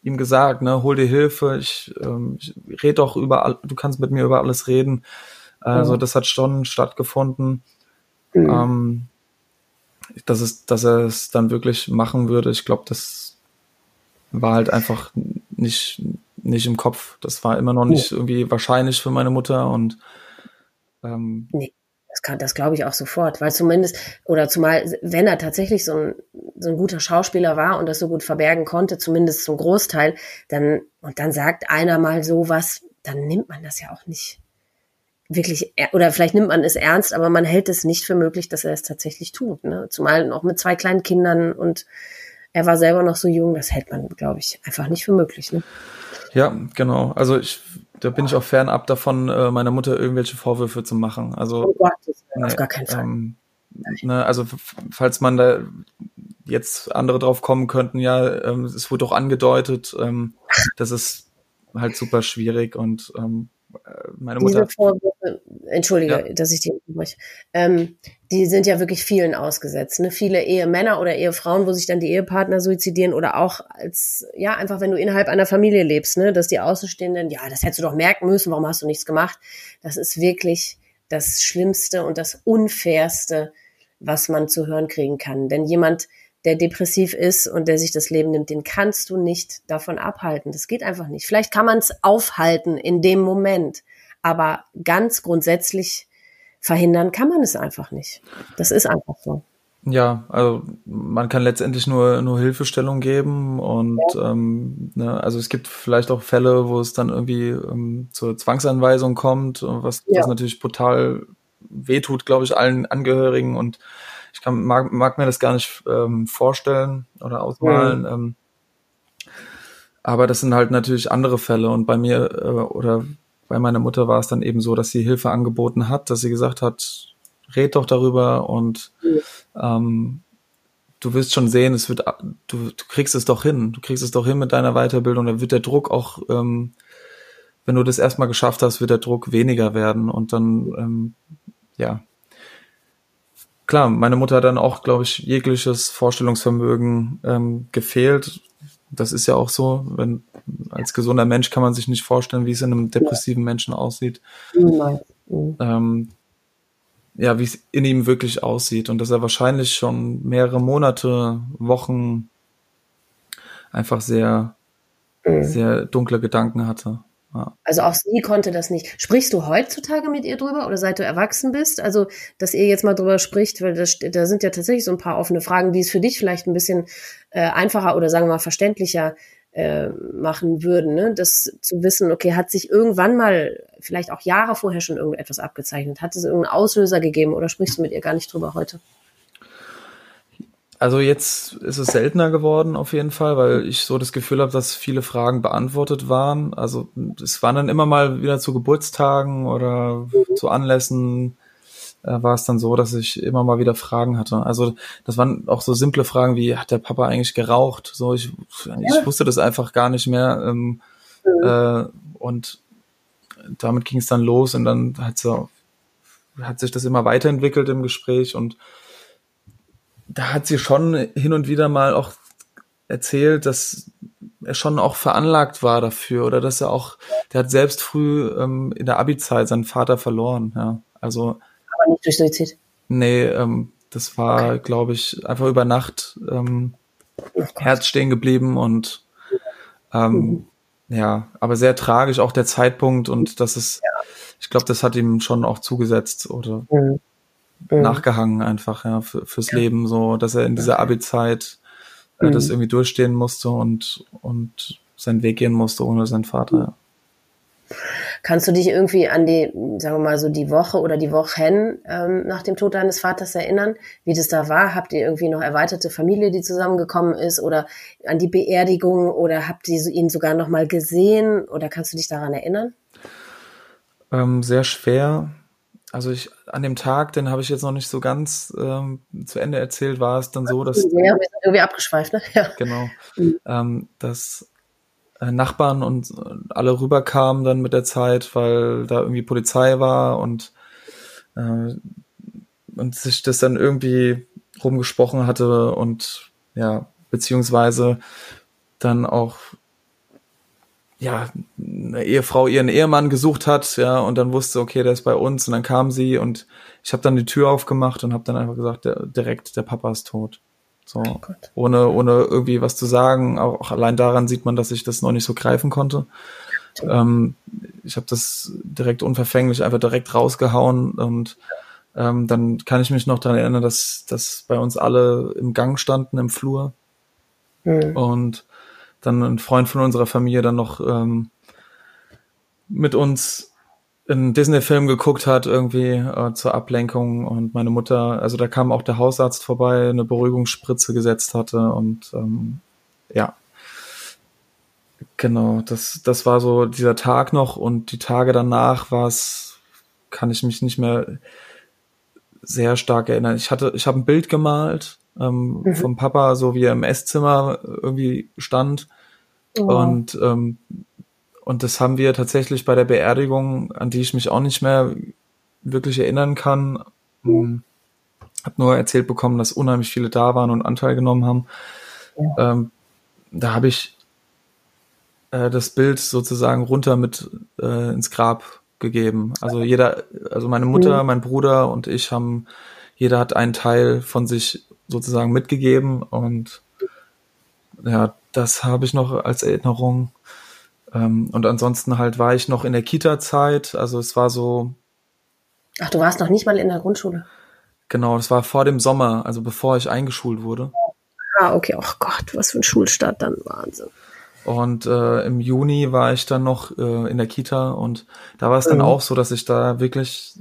ihm gesagt, ne, hol dir Hilfe, ich, ähm, ich red doch über, all, du kannst mit mir über alles reden. Also Mhm. das hat schon stattgefunden. Mhm. Ähm, dass es, dass er es dann wirklich machen würde, ich glaube, das war halt einfach nicht, nicht im Kopf. Das war immer noch Nee. nicht irgendwie wahrscheinlich für meine Mutter und ähm, Nee, das kann, das glaube ich auch sofort, weil zumindest, oder zumal, wenn er tatsächlich so ein, so ein guter Schauspieler war und das so gut verbergen konnte, zumindest zum Großteil, dann, und dann sagt einer mal sowas, dann nimmt man das ja auch nicht wirklich, er- oder vielleicht nimmt man es ernst, aber man hält es nicht für möglich, dass er es tatsächlich tut, ne? Zumal noch mit zwei kleinen Kindern und er war selber noch so jung, das hält man, glaube ich, einfach nicht für möglich, ne? ja, genau. Also ich, da bin ich auch fernab davon, äh, meiner Mutter irgendwelche Vorwürfe zu machen. Oh Also, Gott, auf nee, gar keinen Fall. ähm, ne, also f- falls man da jetzt andere drauf kommen könnten, ja, ähm, es wurde auch angedeutet, ähm, das ist halt super schwierig und ähm, äh, meine Diese Mutter, Vorwürfe, ja, entschuldige, dass ich die unterbreche, ähm, die sind ja wirklich vielen ausgesetzt. Ne? Viele Ehemänner oder Ehefrauen, wo sich dann die Ehepartner suizidieren oder auch als, ja, einfach wenn du innerhalb einer Familie lebst, ne, dass die Außenstehenden, ja, das hättest du doch merken müssen, warum hast du nichts gemacht? Das ist wirklich das Schlimmste und das Unfairste, was man zu hören kriegen kann. Denn jemand, der depressiv ist und der sich das Leben nimmt, den kannst du nicht davon abhalten. Das geht einfach nicht. Vielleicht kann man es aufhalten in dem Moment, aber ganz grundsätzlich verhindern kann man es einfach nicht. Das ist einfach so. ja, also man kann letztendlich nur nur Hilfestellung geben und ähm, ne, also es gibt vielleicht auch Fälle, wo es dann irgendwie ähm, zur Zwangsanweisung kommt, was Ja. was natürlich brutal wehtut, glaube ich, allen Angehörigen und ich kann mag, mag mir das gar nicht ähm, vorstellen oder ausmalen. Mhm. Ähm, aber das sind halt natürlich andere Fälle und bei mir äh, oder bei meiner Mutter war es dann eben so, dass sie Hilfe angeboten hat, dass sie gesagt hat, red doch darüber und ähm, du wirst schon sehen, es wird, du, du kriegst es doch hin, du kriegst es doch hin mit deiner Weiterbildung, da wird der Druck auch, ähm, wenn du das erstmal geschafft hast, wird der Druck weniger werden und dann, ähm, ja, klar, meine Mutter hat dann auch, glaube ich, jegliches Vorstellungsvermögen ähm, gefehlt. Das ist ja auch so, wenn als gesunder Mensch kann man sich nicht vorstellen, wie es in einem depressiven Menschen aussieht. Niemals. Mhm. Ähm, ja, wie es in ihm wirklich aussieht und dass er wahrscheinlich schon mehrere Monate, Wochen einfach sehr, Mhm. sehr dunkle Gedanken hatte. Ja. Also auch sie konnte das nicht. Sprichst du heutzutage mit ihr drüber oder seit du erwachsen bist? Also, dass ihr jetzt mal drüber spricht, weil das, da sind ja tatsächlich so ein paar offene Fragen, die es für dich vielleicht ein bisschen äh, einfacher oder sagen wir mal verständlicher äh, machen würden, ne? Das zu wissen, okay, hat sich irgendwann mal, vielleicht auch Jahre vorher schon irgendetwas abgezeichnet? Hat es irgendeinen Auslöser gegeben oder sprichst du mit ihr gar nicht drüber heute? Also jetzt ist es seltener geworden auf jeden Fall, weil ich so das Gefühl habe, dass viele Fragen beantwortet waren. Also es waren dann immer mal wieder zu Geburtstagen oder zu Anlässen äh, war es dann so, dass ich immer mal wieder Fragen hatte. Also das waren auch so simple Fragen wie, hat der Papa eigentlich geraucht? So, ich, ich wusste das einfach gar nicht mehr. Ähm, äh, und damit ging es dann los und dann hat so, hat sich das immer weiterentwickelt im Gespräch und da hat sie schon hin und wieder mal auch erzählt, dass er schon auch veranlagt war dafür oder dass er auch, der hat selbst früh ähm, in der Abi-Zeit seinen Vater verloren, ja. Also, Aber nicht durch Suizid. nee, ähm, das war, glaube ich, einfach über Nacht ähm, Oh Gott. Herz stehen geblieben und Mhm. ähm, ja, aber sehr tragisch auch der Zeitpunkt und das ist, ich glaube, das hat ihm schon auch zugesetzt oder Mhm. Mhm. nachgehangen einfach, ja, für, fürs Leben, so, dass er in dieser Okay. Abi-Zeit äh, das Mhm. irgendwie durchstehen musste und, und seinen Weg gehen musste ohne seinen Vater, ja. Kannst du dich irgendwie an die, sagen wir mal so die Woche oder die Wochen ähm, nach dem Tod deines Vaters erinnern, wie das da war? Habt ihr irgendwie noch erweiterte Familie, die zusammengekommen ist oder an die Beerdigung oder habt ihr ihn sogar noch mal gesehen oder kannst du dich daran erinnern? Ähm, sehr schwer. Also ich, an dem Tag, den habe ich jetzt noch nicht so ganz ähm, zu Ende erzählt, war es dann so, dass, Ja, wir sind irgendwie abgeschweift, ne? Ja. genau, Mhm. ähm, dass äh, Nachbarn und äh, alle rüberkamen dann mit der Zeit, weil da irgendwie Polizei war und äh, und sich das dann irgendwie rumgesprochen hatte und ja, beziehungsweise dann auch ja, eine Ehefrau ihren Ehemann gesucht hat, ja, und dann wusste, okay, der ist bei uns, und dann kam sie und ich habe dann die Tür aufgemacht und habe dann einfach gesagt, der, direkt, der Papa ist tot. So, Oh Gott. ohne ohne irgendwie was zu sagen. Auch allein daran sieht man, dass ich das noch nicht so greifen konnte. Ähm, ich habe das direkt unverfänglich einfach direkt rausgehauen und ähm, dann kann ich mich noch daran erinnern, dass dass bei uns alle im Gang standen, im Flur, Mhm. und dann ein Freund von unserer Familie dann noch ähm, mit uns einen Disney-Film geguckt hat, irgendwie äh, zur Ablenkung, und meine Mutter, also da kam auch der Hausarzt vorbei, eine Beruhigungsspritze gesetzt hatte, und ähm, ja, genau, das das war so dieser Tag noch, und die Tage danach war es, kann ich mich nicht mehr sehr stark erinnern. Ich hatte, ich habe ein Bild gemalt ähm, Mhm. vom Papa, so wie er im Esszimmer irgendwie stand, Oh. und ähm, Und das haben wir tatsächlich bei der Beerdigung, an die ich mich auch nicht mehr wirklich erinnern kann. Mhm. Hab nur erzählt bekommen, dass unheimlich viele da waren und Anteil genommen haben. Ja. Ähm, da habe ich äh, das Bild sozusagen runter mit äh, ins Grab gegeben. Also jeder, also meine Mutter, Mhm. mein Bruder und ich haben, jeder hat einen Teil von sich sozusagen mitgegeben, und ja, das habe ich noch als Erinnerung. Ähm, und ansonsten halt war ich noch in der Kita-Zeit, also es war so, Ach, du warst noch nicht mal in der Grundschule? genau, das war vor dem Sommer, also bevor ich eingeschult wurde. Ah, okay. Oh Gott, was für ein Schulstart dann. Wahnsinn. Und äh, im Juni war ich dann noch äh, in der Kita, und da war es dann Mhm. auch so, dass ich da wirklich,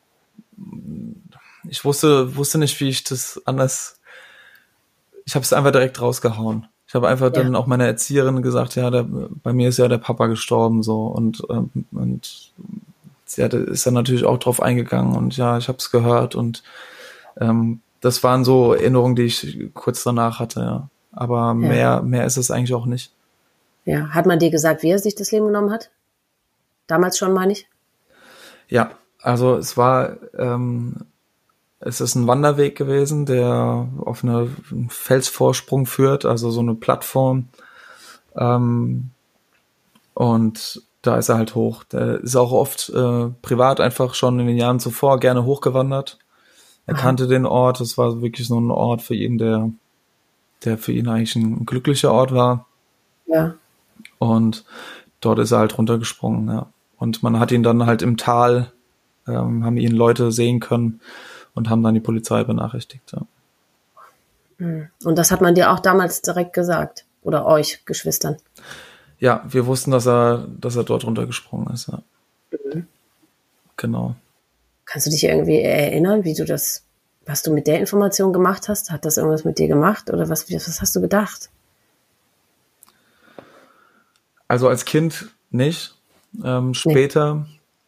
ich wusste wusste nicht, wie ich das anders, ich habe es einfach direkt rausgehauen. Ich habe einfach Ja. dann auch meiner Erzieherin gesagt, ja, der, bei mir ist ja der Papa gestorben, so, und ähm, und sie hatte, ist dann natürlich auch drauf eingegangen, und ja, ich habe es gehört, und ähm, das waren so Erinnerungen, die ich kurz danach hatte, ja. Aber Ja. mehr mehr ist es eigentlich auch nicht. Ja. Hat man dir gesagt, wie er sich das Leben genommen hat? Damals schon, meine ich? Ja, also es war, ähm, es ist ein Wanderweg gewesen, der auf eine, einen Felsvorsprung führt, also so eine Plattform. Ähm, und da ist er halt hoch. Der ist auch oft äh, privat einfach schon in den Jahren zuvor gerne hochgewandert. Er Aha. kannte den Ort. Es war wirklich so ein Ort für ihn, der, der für ihn eigentlich ein glücklicher Ort war. Ja. Und dort ist er halt runtergesprungen, ja. Und man hat ihn dann halt im Tal, ähm, haben ihn Leute sehen können und haben dann die Polizei benachrichtigt, ja. Mhm. Und das hat man dir auch damals direkt gesagt? Oder euch, Geschwistern? Ja, wir wussten, dass er, dass er dort runtergesprungen ist, ja. Mhm. Genau. Kannst du dich irgendwie erinnern, wie du das, was du mit der Information gemacht hast? Hat das irgendwas mit dir gemacht? Oder was, was hast du gedacht? Also als Kind nicht. Ähm, Nee. später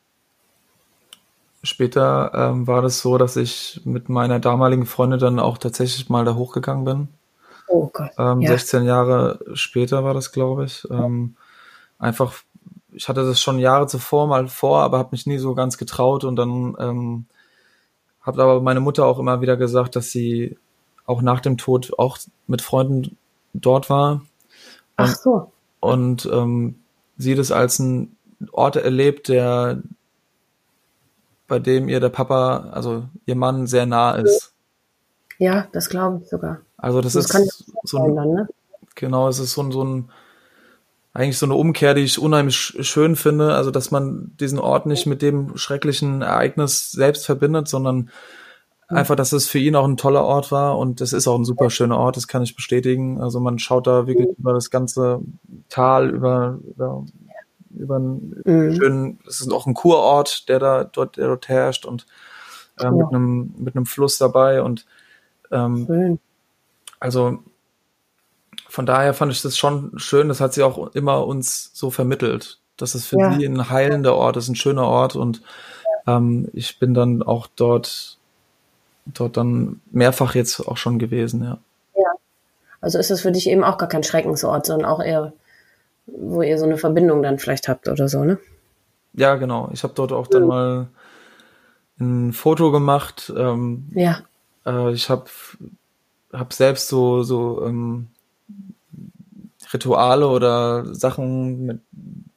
später ähm, war das so, dass ich mit meiner damaligen Freundin dann auch tatsächlich mal da hochgegangen bin. Oh Gott. Ähm, Ja. sechzehn Jahre später war das, glaube ich. Ähm, einfach, ich hatte das schon Jahre zuvor mal vor, aber habe mich nie so ganz getraut, und dann ähm, hat aber meine Mutter auch immer wieder gesagt, dass sie auch nach dem Tod auch mit Freunden dort war, Ach und so. und ähm, sie das als einen Ort erlebt, der, bei dem ihr der Papa, also ihr Mann, sehr nah ist. Ja, das glaube ich sogar. Also das Das kann ich ist mir so vorstellen ein, dann, ne? genau, es ist so ein, so ein, eigentlich so eine Umkehr, die ich unheimlich sch- schön finde, also dass man diesen Ort nicht mit dem schrecklichen Ereignis selbst verbindet, sondern einfach, dass es für ihn auch ein toller Ort war, und es ist auch ein super schöner Ort, das kann ich bestätigen. Also man schaut da wirklich über das ganze Tal, über, über, über einen Mhm. schönen, es ist auch ein Kurort, der da dort, der dort herrscht, und äh, mit Ja, einem, mit einem Fluss dabei, und ähm, schön. also von daher fand ich das schon schön, das hat sie auch immer uns so vermittelt, dass es für Ja, sie ein heilender Ort ist, ein schöner Ort, und ähm, ich bin dann auch dort dort dann mehrfach jetzt auch schon gewesen, ja. ja. Also ist das für dich eben auch gar kein Schreckensort, sondern auch eher, wo ihr so eine Verbindung dann vielleicht habt oder so, ne? Ja, genau. Ich habe dort auch dann mal ein Foto gemacht. Ähm, Ja. äh, ich habe hab selbst so so ähm, Rituale oder Sachen mit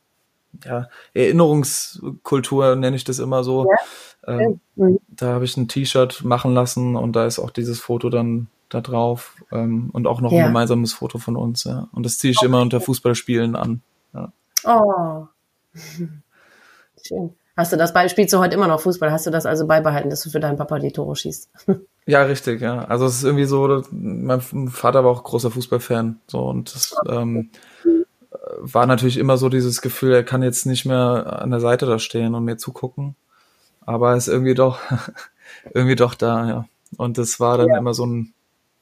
ja, Erinnerungskultur, nenne ich das immer so. Ja. Ähm, mhm. Da habe ich ein T-Shirt machen lassen und da ist auch dieses Foto dann da drauf ähm, und auch noch ja. ein gemeinsames Foto von uns. Ja. Und das ziehe ich okay. immer unter Fußballspielen an. Ja. Oh, schön. Hast du das bei, spielst du heute immer noch Fußball? Hast du das also beibehalten, dass du für deinen Papa die Tore schießt? Ja, richtig, ja. Also es ist irgendwie so, mein Vater war auch großer Fußballfan, so, und das ähm, war natürlich immer so dieses Gefühl, er kann jetzt nicht mehr an der Seite da stehen und mir zugucken, aber er ist irgendwie doch irgendwie doch da, ja. Und das war dann ja. immer so ein,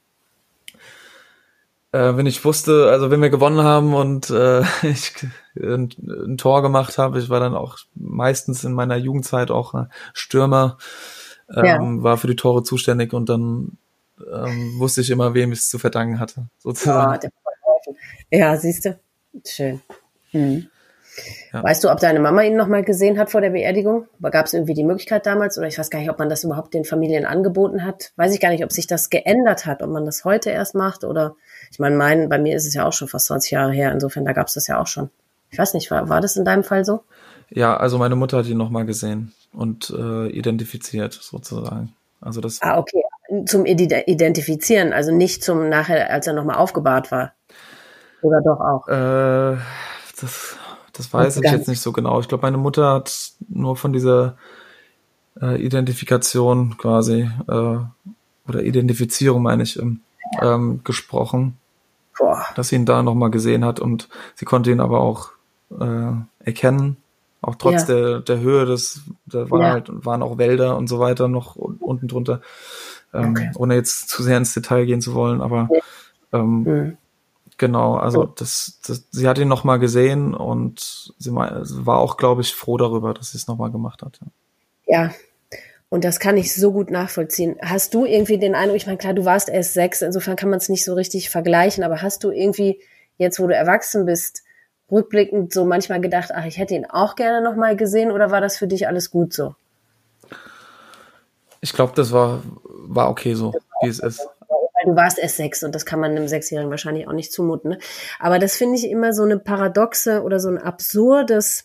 äh, wenn ich wusste, also wenn wir gewonnen haben und äh, ich ein, ein Tor gemacht habe, ich war dann auch meistens in meiner Jugendzeit auch äh, Stürmer, ähm, ja. war für die Tore zuständig und dann ähm, wusste ich immer, wem ich es zu verdanken hatte, sozusagen. Ja, ja, siehst du, schön. Hm. Ja. Weißt du, ob deine Mama ihn nochmal gesehen hat vor der Beerdigung? Gab es irgendwie die Möglichkeit damals? Oder ich weiß gar nicht, ob man das überhaupt den Familien angeboten hat. Weiß ich gar nicht, ob sich das geändert hat, ob man das heute erst macht oder, ich meine, mein, bei mir ist es ja auch schon fast zwanzig Jahre her, insofern, da gab es das ja auch schon. Ich weiß nicht, war, war das in deinem Fall so? Ja, also meine Mutter hat ihn nochmal gesehen und äh, identifiziert sozusagen. Also das. Ah, okay, zum Identifizieren, also nicht zum nachher, als er nochmal aufgebahrt war. Oder doch auch? Äh, das... Das weiß ich jetzt nicht so genau. Ich glaube, meine Mutter hat nur von dieser äh, Identifikation quasi, äh, oder Identifizierung, meine ich, ähm, ähm, gesprochen. Boah. Dass sie ihn da nochmal gesehen hat und sie konnte ihn aber auch äh, erkennen, auch trotz ja. der, der Höhe des, da waren ja. halt, waren auch Wälder und so weiter noch unten drunter, ähm, okay. ohne jetzt zu sehr ins Detail gehen zu wollen, aber ähm, mhm. Genau, also das, das, sie hat ihn nochmal gesehen und sie war auch, glaube ich, froh darüber, dass sie es nochmal gemacht hat. Ja. ja, und das kann ich so gut nachvollziehen. Hast du irgendwie den Eindruck, ich meine, klar, du warst erst sechs, insofern kann man es nicht so richtig vergleichen, aber hast du irgendwie, jetzt wo du erwachsen bist, rückblickend so manchmal gedacht, ach, ich hätte ihn auch gerne nochmal gesehen, oder war das für dich alles gut so? Ich glaube, das war, war okay so, wie es ist. Du warst erst sechs und das kann man einem Sechsjährigen wahrscheinlich auch nicht zumuten. Ne? Aber das finde ich immer so eine paradoxe oder so ein absurdes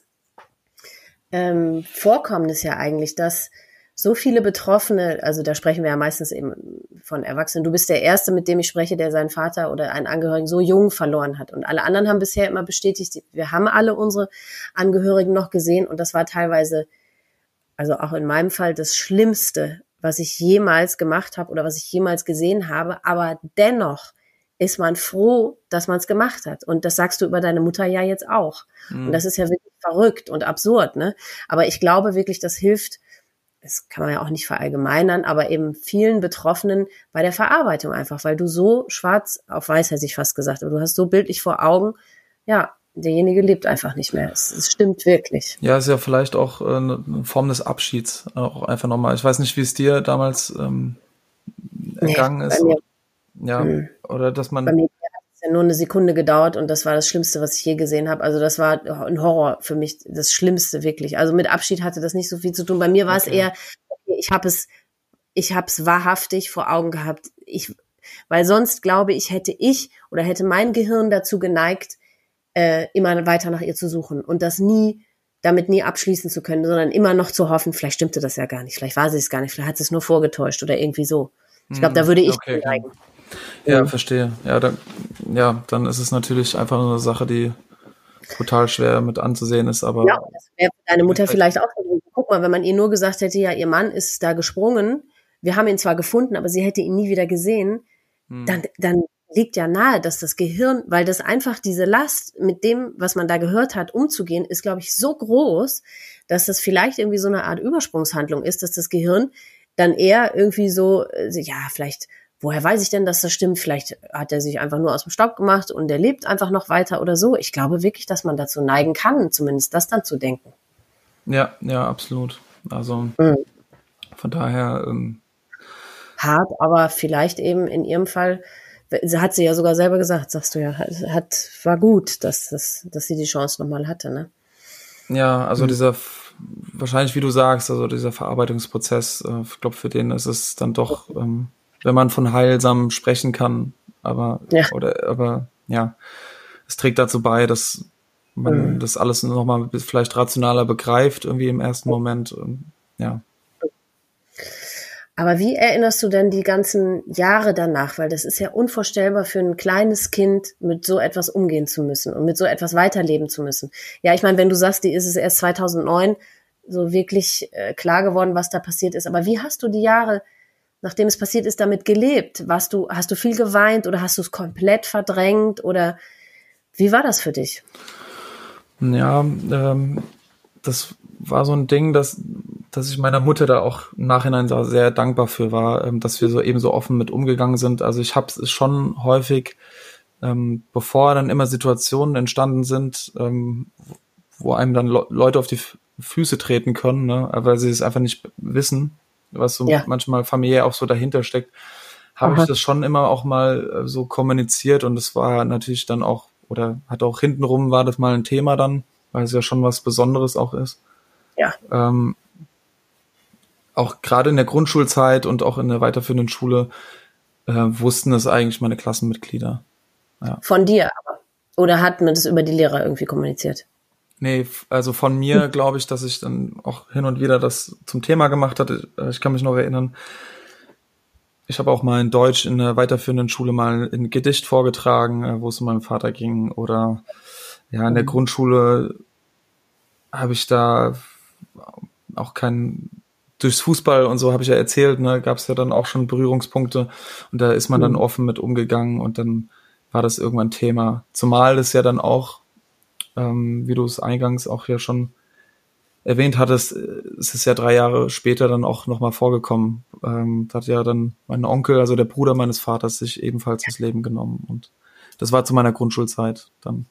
ähm, Vorkommnis ja eigentlich, dass so viele Betroffene, also da sprechen wir ja meistens eben von Erwachsenen, du bist der Erste, mit dem ich spreche, der seinen Vater oder einen Angehörigen so jung verloren hat. Und alle anderen haben bisher immer bestätigt, wir haben alle unsere Angehörigen noch gesehen und das war teilweise, also auch in meinem Fall, das Schlimmste, was ich jemals gemacht habe oder was ich jemals gesehen habe, aber dennoch ist man froh, dass man es gemacht hat. Und das sagst du über deine Mutter ja jetzt auch. Mhm. Und das ist ja wirklich verrückt und absurd, ne? Aber ich glaube wirklich, das hilft, das kann man ja auch nicht verallgemeinern, aber eben vielen Betroffenen bei der Verarbeitung einfach, weil du so schwarz auf weiß, hätte ich fast gesagt, aber du hast so bildlich vor Augen, ja, derjenige lebt einfach nicht mehr. Es, es stimmt wirklich. Ja, ist ja vielleicht auch äh, eine Form des Abschieds. Auch einfach nochmal. Ich weiß nicht, wie es dir damals ähm, ergangen nee, ist. Mir, ja, mh. Oder dass man. Bei mir hat es ja nur eine Sekunde gedauert und das war das Schlimmste, was ich je gesehen habe. Also das war ein Horror für mich, das Schlimmste wirklich. Also mit Abschied hatte das nicht so viel zu tun. Bei mir war okay. es eher, ich habe es, ich habe es wahrhaftig vor Augen gehabt. Ich, weil sonst glaube ich, hätte ich oder hätte mein Gehirn dazu geneigt, Äh, immer weiter nach ihr zu suchen und das nie, damit nie abschließen zu können, sondern immer noch zu hoffen, vielleicht stimmte das ja gar nicht, vielleicht war sie es gar nicht, vielleicht hat sie es nur vorgetäuscht oder irgendwie so. Ich glaube, da würde ich okay, neigen. Ja, mhm. verstehe. Ja, dann, ja, dann ist es natürlich einfach eine Sache, die total schwer mit anzusehen ist, aber... Ja, das wäre deine Mutter vielleicht auch so. Guck mal, wenn man ihr nur gesagt hätte, ja, ihr Mann ist da gesprungen, wir haben ihn zwar gefunden, aber sie hätte ihn nie wieder gesehen, mhm. dann, dann liegt ja nahe, dass das Gehirn, weil das einfach diese Last mit dem, was man da gehört hat, umzugehen, ist, glaube ich, so groß, dass das vielleicht irgendwie so eine Art Übersprungshandlung ist, dass das Gehirn dann eher irgendwie so, ja, vielleicht, woher weiß ich denn, dass das stimmt? Vielleicht hat er sich einfach nur aus dem Staub gemacht und der lebt einfach noch weiter oder so. Ich glaube wirklich, dass man dazu neigen kann, zumindest das dann zu denken. Ja, ja, absolut. Also mhm. von daher ähm hart, aber vielleicht eben in ihrem Fall hat sie ja sogar selber gesagt, sagst du ja, hat, war gut, dass, dass, dass sie die Chance nochmal hatte, ne? Ja, also mhm. dieser, wahrscheinlich wie du sagst, also dieser Verarbeitungsprozess, äh, ich glaube, für den ist es dann doch, ähm, wenn man von heilsam sprechen kann, aber, ja. oder, aber, ja, es trägt dazu bei, dass man Mhm. das alles nochmal vielleicht rationaler begreift, irgendwie im ersten Moment. Und, ja. Aber wie erinnerst du denn die ganzen Jahre danach? Weil das ist ja unvorstellbar für ein kleines Kind, mit so etwas umgehen zu müssen und mit so etwas weiterleben zu müssen. Ja, ich meine, wenn du sagst, die ist es erst zweitausendneun so wirklich äh, klar geworden, was da passiert ist. Aber wie hast du die Jahre, nachdem es passiert ist, damit gelebt? Warst du, hast du viel geweint oder hast du es komplett verdrängt oder wie war das für dich? Ja, ähm, das war so ein Ding, dass, dass ich meiner Mutter da auch im Nachhinein sehr dankbar für war, ähm, dass wir so eben so offen mit umgegangen sind. Also ich habe es schon häufig, ähm, bevor dann immer Situationen entstanden sind, ähm, wo einem dann Le- Leute auf die F- Füße treten können, ne, weil sie es einfach nicht wissen, was so Ja. manchmal familiär auch so dahinter steckt, habe ich Aha. das schon immer auch mal äh, so kommuniziert und es war natürlich dann auch, oder hat auch hintenrum war das mal ein Thema dann, weil es ja schon was Besonderes auch ist. Ja. Ähm, auch gerade in der Grundschulzeit und auch in der weiterführenden Schule äh, wussten es eigentlich meine Klassenmitglieder. Ja. Von dir aber. Oder hat man das über die Lehrer irgendwie kommuniziert? Nee, f- also von mir glaube ich, dass ich dann auch hin und wieder das zum Thema gemacht hatte. Äh, Ich kann mich noch erinnern, ich habe auch mal in Deutsch in der weiterführenden Schule mal ein Gedicht vorgetragen, äh, wo es um meinen Vater ging. Oder ja, in der Mhm. Grundschule habe ich da auch kein, durchs Fußball und so habe ich ja erzählt, ne, gab es ja dann auch schon Berührungspunkte und da ist man dann Mhm. offen mit umgegangen und dann war das irgendwann Thema. Zumal das ja dann auch, ähm, wie du es eingangs auch ja schon erwähnt hattest, es ist ja drei Jahre später dann auch nochmal vorgekommen. Ähm, da hat ja dann mein Onkel, also der Bruder meines Vaters, sich ebenfalls das Leben genommen und das war zu meiner Grundschulzeit dann.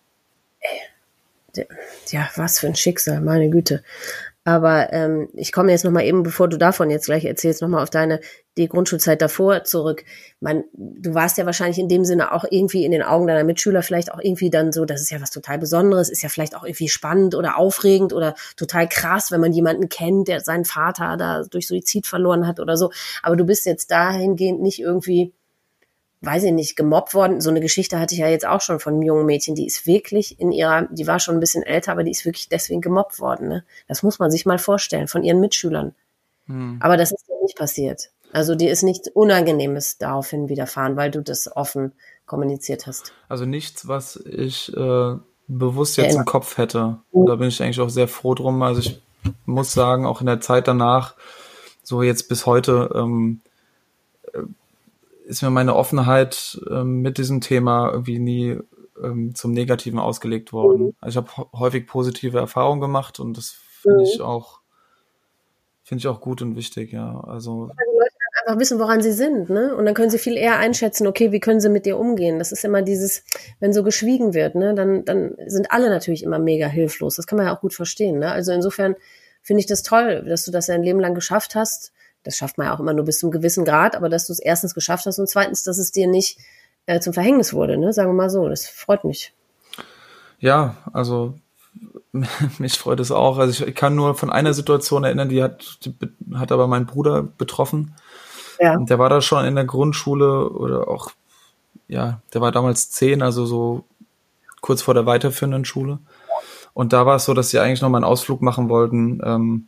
Ja, was für ein Schicksal, meine Güte. Aber ähm, ich komme jetzt nochmal eben, bevor du davon jetzt gleich erzählst, nochmal auf deine, die Grundschulzeit davor zurück. Man, du warst ja wahrscheinlich in dem Sinne auch irgendwie in den Augen deiner Mitschüler vielleicht auch irgendwie dann so, das ist ja was total Besonderes, ist ja vielleicht auch irgendwie spannend oder aufregend oder total krass, wenn man jemanden kennt, der seinen Vater da durch Suizid verloren hat oder so. Aber du bist jetzt dahingehend nicht irgendwie, weiß ich nicht, gemobbt worden. So eine Geschichte hatte ich ja jetzt auch schon von einem jungen Mädchen, die ist wirklich in ihrer, die war schon ein bisschen älter, aber die ist wirklich deswegen gemobbt worden. Ne? Das muss man sich mal vorstellen, von ihren Mitschülern. Hm. Aber das ist ja nicht passiert. Also dir ist nichts Unangenehmes daraufhin widerfahren, weil du das offen kommuniziert hast. Also nichts, was ich äh, bewusst jetzt Erinnert. im Kopf hätte. Da bin ich eigentlich auch sehr froh drum. Also ich muss sagen, auch in der Zeit danach, so jetzt bis heute, ähm, ist mir meine Offenheit ähm, mit diesem Thema irgendwie nie ähm, zum Negativen ausgelegt worden. Also ich habe häufig positive Erfahrungen gemacht und das finde ich auch finde ich auch gut und wichtig, ja. Also Weil die Leute dann einfach wissen, woran sie sind, ne? Und dann können sie viel eher einschätzen, okay, wie können sie mit dir umgehen? Das ist immer dieses, wenn so geschwiegen wird, ne, dann, dann sind alle natürlich immer mega hilflos. Das kann man ja auch gut verstehen, ne? Also insofern finde ich das toll, dass du das dein Leben lang geschafft hast. Das schafft man ja auch immer nur bis zu einem gewissen Grad, aber dass du es erstens geschafft hast und zweitens, dass es dir nicht äh, zum Verhängnis wurde, ne? Sagen wir mal so. Das freut mich. ja, also mich freut es auch. Also ich kann nur von einer Situation erinnern, die hat, die hat aber meinen Bruder betroffen. Ja. Und der war da schon in der Grundschule oder auch, ja, der war damals zehn, also so kurz vor der weiterführenden Schule. Und da war es so, dass sie eigentlich noch mal einen Ausflug machen wollten. Ähm,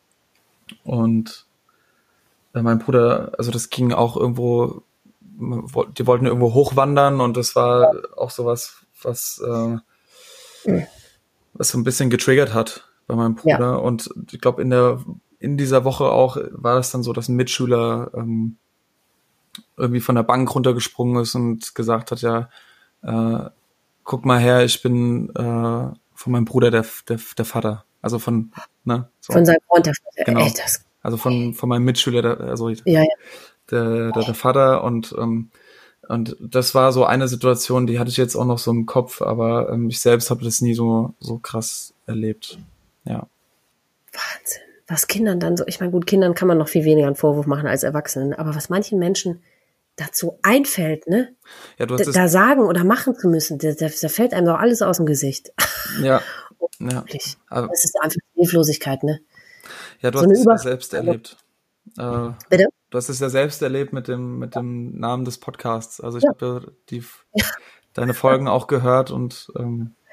und äh, mein Bruder, also das ging auch irgendwo, die wollten irgendwo hochwandern und das war auch sowas, was, äh, Mhm. was so ein bisschen getriggert hat bei meinem Ja. Bruder. Und ich glaube, in der in dieser Woche auch war es dann so, dass ein Mitschüler ähm, irgendwie von der Bank runtergesprungen ist und gesagt hat, ja, äh, guck mal her, ich bin äh, von meinem Bruder der, der, der Vater. Also von, ne? So. Von seinem Freund, der Vater. Genau. Ey, das, Also von, von meinem Mitschüler, der, also ja, ja. der, der, der Vater und ähm, und das war so eine Situation, die hatte ich jetzt auch noch so im Kopf, aber ähm, ich selbst habe das nie so so krass erlebt. Ja. Wahnsinn. Was Kindern dann so, ich meine, gut, Kindern kann man noch viel weniger einen Vorwurf machen als Erwachsenen, aber was manchen Menschen dazu einfällt, ne, Ja, du da, hast es, da sagen oder machen zu müssen, da, da, da fällt einem doch alles aus dem Gesicht. ja, ja, Wirklich. also, Das ist einfach Hilflosigkeit, ne? ja, du So hast eine es ja Über... selbst erlebt. Äh, Bitte? du hast es ja selbst erlebt mit dem mit dem Namen des Podcasts. Also ich Ja. habe ja die deine Folgen auch gehört und ähm,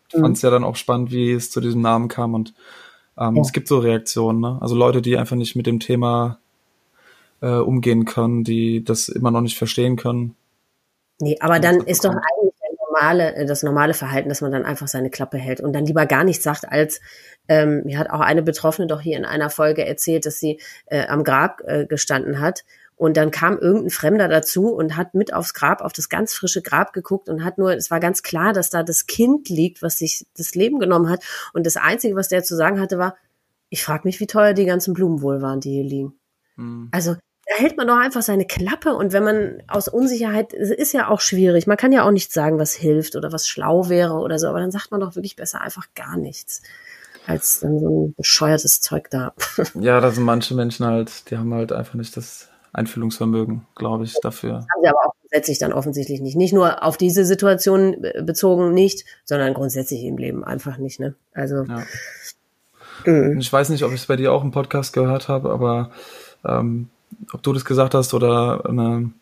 fand es ja dann auch spannend, wie es zu diesem Namen kam und ähm, ja. Es gibt so Reaktionen, ne? Also Leute, die einfach nicht mit dem Thema äh, umgehen können, die das immer noch nicht verstehen können. Nee, aber dann ist doch eigentlich der normale, das normale Verhalten, dass man dann einfach seine Klappe hält und dann lieber gar nichts sagt, als ähm, mir hat auch eine Betroffene doch hier in einer Folge erzählt, dass sie äh, am Grab äh, gestanden hat. Und dann kam irgendein Fremder dazu und hat mit aufs Grab, auf das ganz frische Grab geguckt und hat nur, es war ganz klar, dass da das Kind liegt, was sich das Leben genommen hat. Und das Einzige, was der zu sagen hatte, war, ich frage mich, wie teuer die ganzen Blumen wohl waren, die hier liegen. Mhm. Also da hält man doch einfach seine Klappe. Und wenn man aus Unsicherheit, es ist ja auch schwierig, man kann ja auch nicht sagen, was hilft oder was schlau wäre oder so, aber dann sagt man doch wirklich besser einfach gar nichts, als dann so ein bescheuertes Zeug da. Ja, da sind manche Menschen halt, die haben halt einfach nicht das Einfühlungsvermögen, glaube ich, dafür. Das haben sie aber auch grundsätzlich dann offensichtlich nicht. Nicht nur auf diese Situation bezogen nicht, sondern grundsätzlich im Leben einfach nicht, ne? Also. Ja. Mhm. Ich weiß nicht, ob ich es bei dir auch im Podcast gehört habe, aber ähm, ob du das gesagt hast oder eine,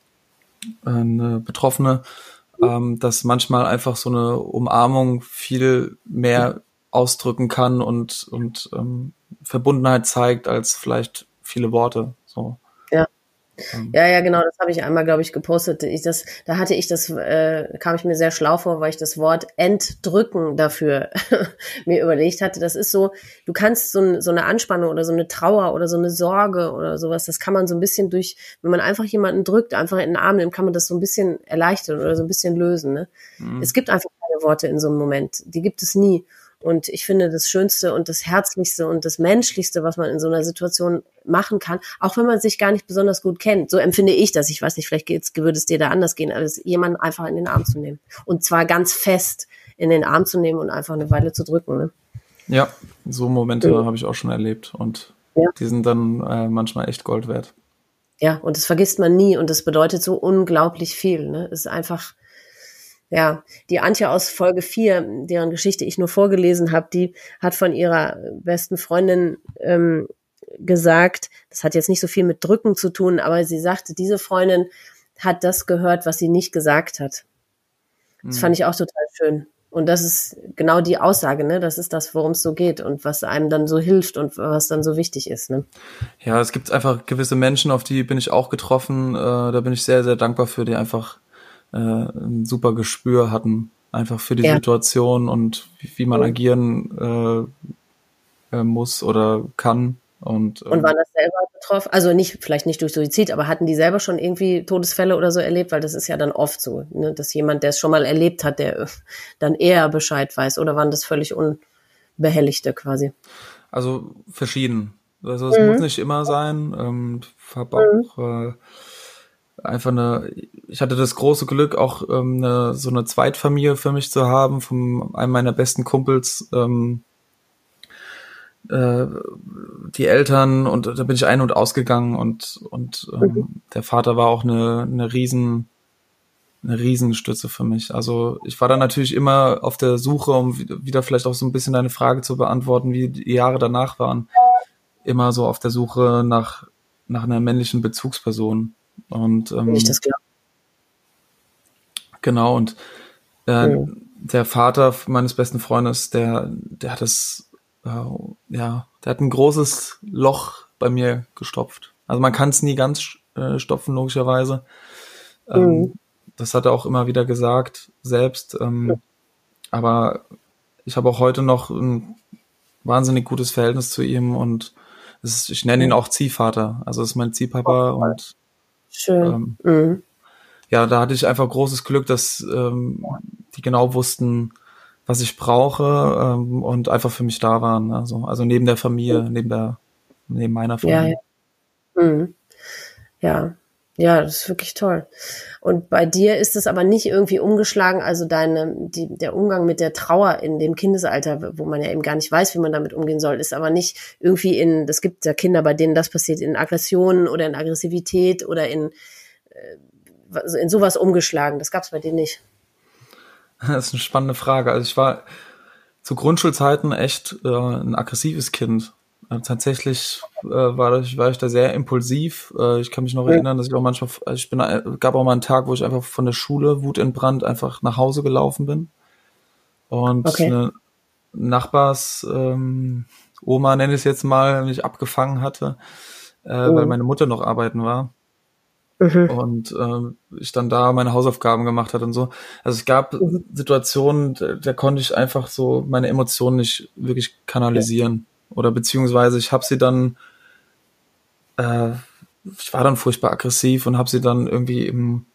eine Betroffene, ähm, dass manchmal einfach so eine Umarmung viel mehr ausdrücken kann und, und ähm, Verbundenheit zeigt als vielleicht viele Worte, so. Ja. Ja, ja, genau, das habe ich einmal, glaube ich, gepostet. Ich das, da hatte ich das, äh, kam ich mir sehr schlau vor, weil ich das Wort entdrücken dafür mir überlegt hatte. Das ist so, du kannst so, ein, so eine Anspannung oder so eine Trauer oder so eine Sorge oder sowas, das kann man so ein bisschen durch, wenn man einfach jemanden drückt, einfach in den Arm nimmt, kann man das so ein bisschen erleichtern oder so ein bisschen lösen. Ne? Mhm. Es gibt einfach keine Worte in so einem Moment, die gibt es nie. Und ich finde, das Schönste und das Herzlichste und das Menschlichste, was man in so einer Situation machen kann, auch wenn man sich gar nicht besonders gut kennt, so empfinde ich das, ich weiß nicht, vielleicht geht's, würde es dir da anders gehen, aber jemanden einfach in den Arm zu nehmen. Und zwar ganz fest in den Arm zu nehmen und einfach eine Weile zu drücken. Ne? Ja, so Momente ja. habe ich auch schon erlebt und ja. die sind dann äh, manchmal echt Gold wert. Ja, und das vergisst man nie und das bedeutet so unglaublich viel. Ne? Es ist einfach... Ja, die Antje aus Folge vier, deren Geschichte ich nur vorgelesen habe, die hat von ihrer besten Freundin ähm, gesagt, das hat jetzt nicht so viel mit Drücken zu tun, aber sie sagte, diese Freundin hat das gehört, was sie nicht gesagt hat. Das mhm. fand ich auch total schön. Und das ist genau die Aussage, ne? Das ist das, worum es so geht und was einem dann so hilft und was dann so wichtig ist, ne? Ja, es gibt einfach gewisse Menschen, auf die bin ich auch getroffen, äh, da bin ich sehr, sehr dankbar für, die einfach ein super Gespür hatten, einfach für die ja. Situation und wie, wie man agieren äh, muss oder kann. Und, ähm, und waren das selber betroffen? Also nicht, vielleicht nicht durch Suizid, aber hatten die selber schon irgendwie Todesfälle oder so erlebt? Weil das ist ja dann oft so, ne, dass jemand, der es schon mal erlebt hat, der dann eher Bescheid weiß. Oder waren das völlig Unbehelligte quasi? Also verschieden. Also es mhm. muss nicht immer sein. Ähm, ich habe auch mhm. äh, einfach eine, ich hatte das große Glück, auch ähm, eine, so eine Zweitfamilie für mich zu haben, von einem meiner besten Kumpels, ähm, äh, die Eltern, und da bin ich ein- und ausgegangen und und ähm, mhm. der Vater war auch eine eine riesen eine Riesenstütze für mich. Also ich war dann natürlich immer auf der Suche, um wieder vielleicht auch so ein bisschen deine Frage zu beantworten, wie die Jahre danach waren, immer so auf der Suche nach nach einer männlichen Bezugsperson. Und ähm, nicht das klar. Genau, und äh, mhm. der Vater meines besten Freundes, der der hat es äh, ja, der hat ein großes Loch bei mir gestopft. Also man kann es nie ganz äh, stopfen, logischerweise. Ähm, mhm. Das hat er auch immer wieder gesagt, selbst. Ähm, mhm. Aber ich habe auch heute noch ein wahnsinnig gutes Verhältnis zu ihm und es ist, ich nenne ihn auch Ziehvater. Also es ist mein Ziehpapa oh, und schön. Ähm, mhm. Ja, da hatte ich einfach großes Glück, dass ähm, die genau wussten, was ich brauche ähm, und einfach für mich da waren. Also, also neben der Familie, mhm. neben der, neben meiner Familie. Ja, ja. Mhm. ja, ja, das ist wirklich toll. Und bei dir ist es aber nicht irgendwie umgeschlagen, also deine, die, der Umgang mit der Trauer in dem Kindesalter, wo man ja eben gar nicht weiß, wie man damit umgehen soll, ist aber nicht irgendwie in, es gibt ja Kinder, bei denen das passiert, in Aggressionen oder in Aggressivität oder in, in sowas umgeschlagen. Das gab es bei dir nicht. Das ist eine spannende Frage. Also ich war zu Grundschulzeiten echt äh, ein aggressives Kind. Also tatsächlich äh, war, ich, war ich da sehr impulsiv. Äh, ich kann mich noch erinnern, dass ich auch manchmal, also ich bin, äh, gab auch mal einen Tag, wo ich einfach von der Schule wutentbrannt einfach nach Hause gelaufen bin. Und Okay. eine Nachbars ähm, Oma, nenne ich es jetzt mal, mich abgefangen hatte, äh, Mhm. weil meine Mutter noch arbeiten war. Mhm. Und äh, ich dann da meine Hausaufgaben gemacht hat und so. Also es gab Mhm. Situationen, da, da konnte ich einfach so meine Emotionen nicht wirklich kanalisieren. Oder beziehungsweise ich habe sie dann, äh, ich war dann furchtbar aggressiv und habe sie dann irgendwie im,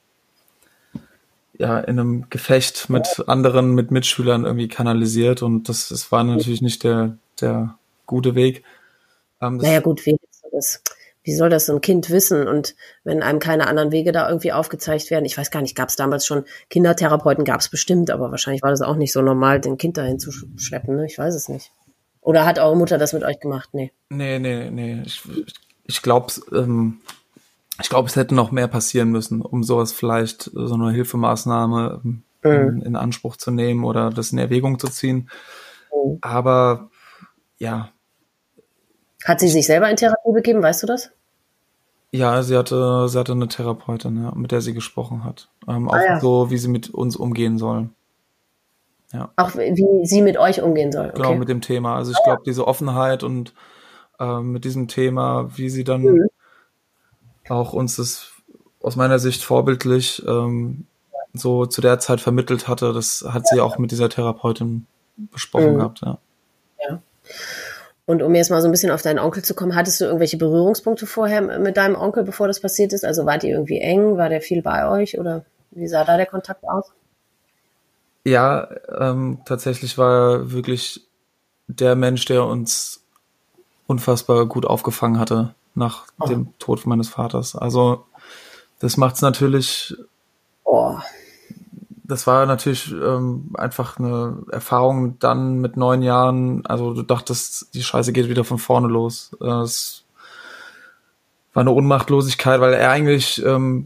ja, in einem Gefecht mit anderen, mit Mitschülern irgendwie kanalisiert. Und das, das war natürlich nicht der, der gute Weg. Ähm, Naja das, gut, wie, das, wie soll das so ein Kind wissen? Und wenn einem keine anderen Wege da irgendwie aufgezeigt werden, ich weiß gar nicht, gab es damals schon Kindertherapeuten, gab es bestimmt, aber wahrscheinlich war das auch nicht so normal, den Kind dahin zu schleppen, ne? Ich weiß es nicht. Oder hat eure Mutter das mit euch gemacht? Nee. nee, nee, nee. Ich, ich glaube, ähm, Ich glaube, es hätte noch mehr passieren müssen, um sowas vielleicht, so eine Hilfemaßnahme Mhm. in, in Anspruch zu nehmen oder das in Erwägung zu ziehen. Mhm. Aber ja, Hat sie ich, sich selber in Therapie begeben, weißt du das? ja, sie hatte, sie hatte eine Therapeutin, ja, mit der sie gesprochen hat. Ähm, Ah auch ja. so, wie sie mit uns umgehen soll. Ja, Auch wie sie mit euch umgehen soll, genau okay. mit dem Thema. Also ich glaube, diese Offenheit und ähm, mit diesem Thema, wie sie dann Mhm. auch uns das aus meiner Sicht vorbildlich ähm, so zu der Zeit vermittelt hatte, das hat sie auch mit dieser Therapeutin besprochen Mhm. gehabt, ja. Ja. Und um jetzt mal so ein bisschen auf deinen Onkel zu kommen, hattest du irgendwelche Berührungspunkte vorher mit deinem Onkel, bevor das passiert ist? Also wart ihr irgendwie eng? War der viel bei euch oder wie sah da der Kontakt aus? Ja, ähm, tatsächlich war er wirklich der Mensch, der uns unfassbar gut aufgefangen hatte nach Oh, dem Tod meines Vaters. Also das macht's natürlich, oh. das das war natürlich ähm, einfach eine Erfahrung dann mit neun Jahren. Also du dachtest, die Scheiße geht wieder von vorne los. Äh, Es war eine Ohnmachtlosigkeit, weil er eigentlich ähm,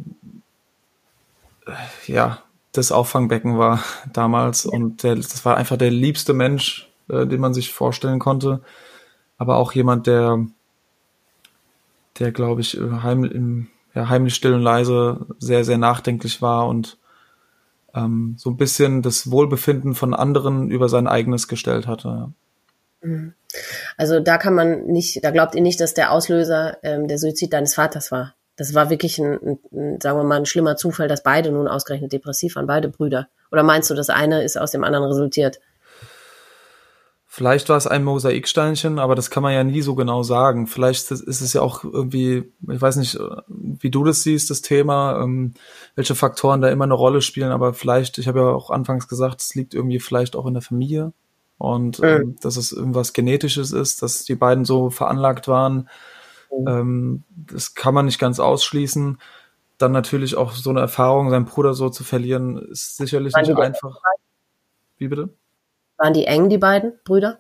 ja das Auffangbecken war damals und der, das war einfach der liebste Mensch, äh, den man sich vorstellen konnte, aber auch jemand, der, der glaube ich heim, im, ja, heimlich still und leise sehr, sehr nachdenklich war und ähm, so ein bisschen das Wohlbefinden von anderen über sein eigenes gestellt hatte. Also da kann man nicht, da glaubt ihr nicht, dass der Auslöser ähm, der Suizid deines Vaters war. Das war wirklich ein, ein, ein, sagen wir mal, ein schlimmer Zufall, dass beide nun ausgerechnet depressiv waren, beide Brüder. Oder meinst du, das eine ist aus dem anderen resultiert? Vielleicht war es ein Mosaiksteinchen, aber das kann man ja nie so genau sagen. Vielleicht ist es ja auch irgendwie, ich weiß nicht, wie du das siehst, das Thema, ähm, welche Faktoren da immer eine Rolle spielen, aber vielleicht, ich habe ja auch anfangs gesagt, es liegt irgendwie vielleicht auch in der Familie und Mhm. ähm, dass es irgendwas Genetisches ist, dass die beiden so veranlagt waren. Ähm, das kann man nicht ganz ausschließen. Dann natürlich auch so eine Erfahrung, seinen Bruder so zu verlieren, ist sicherlich Waren nicht die, einfach. Wie bitte? waren die eng, die beiden Brüder?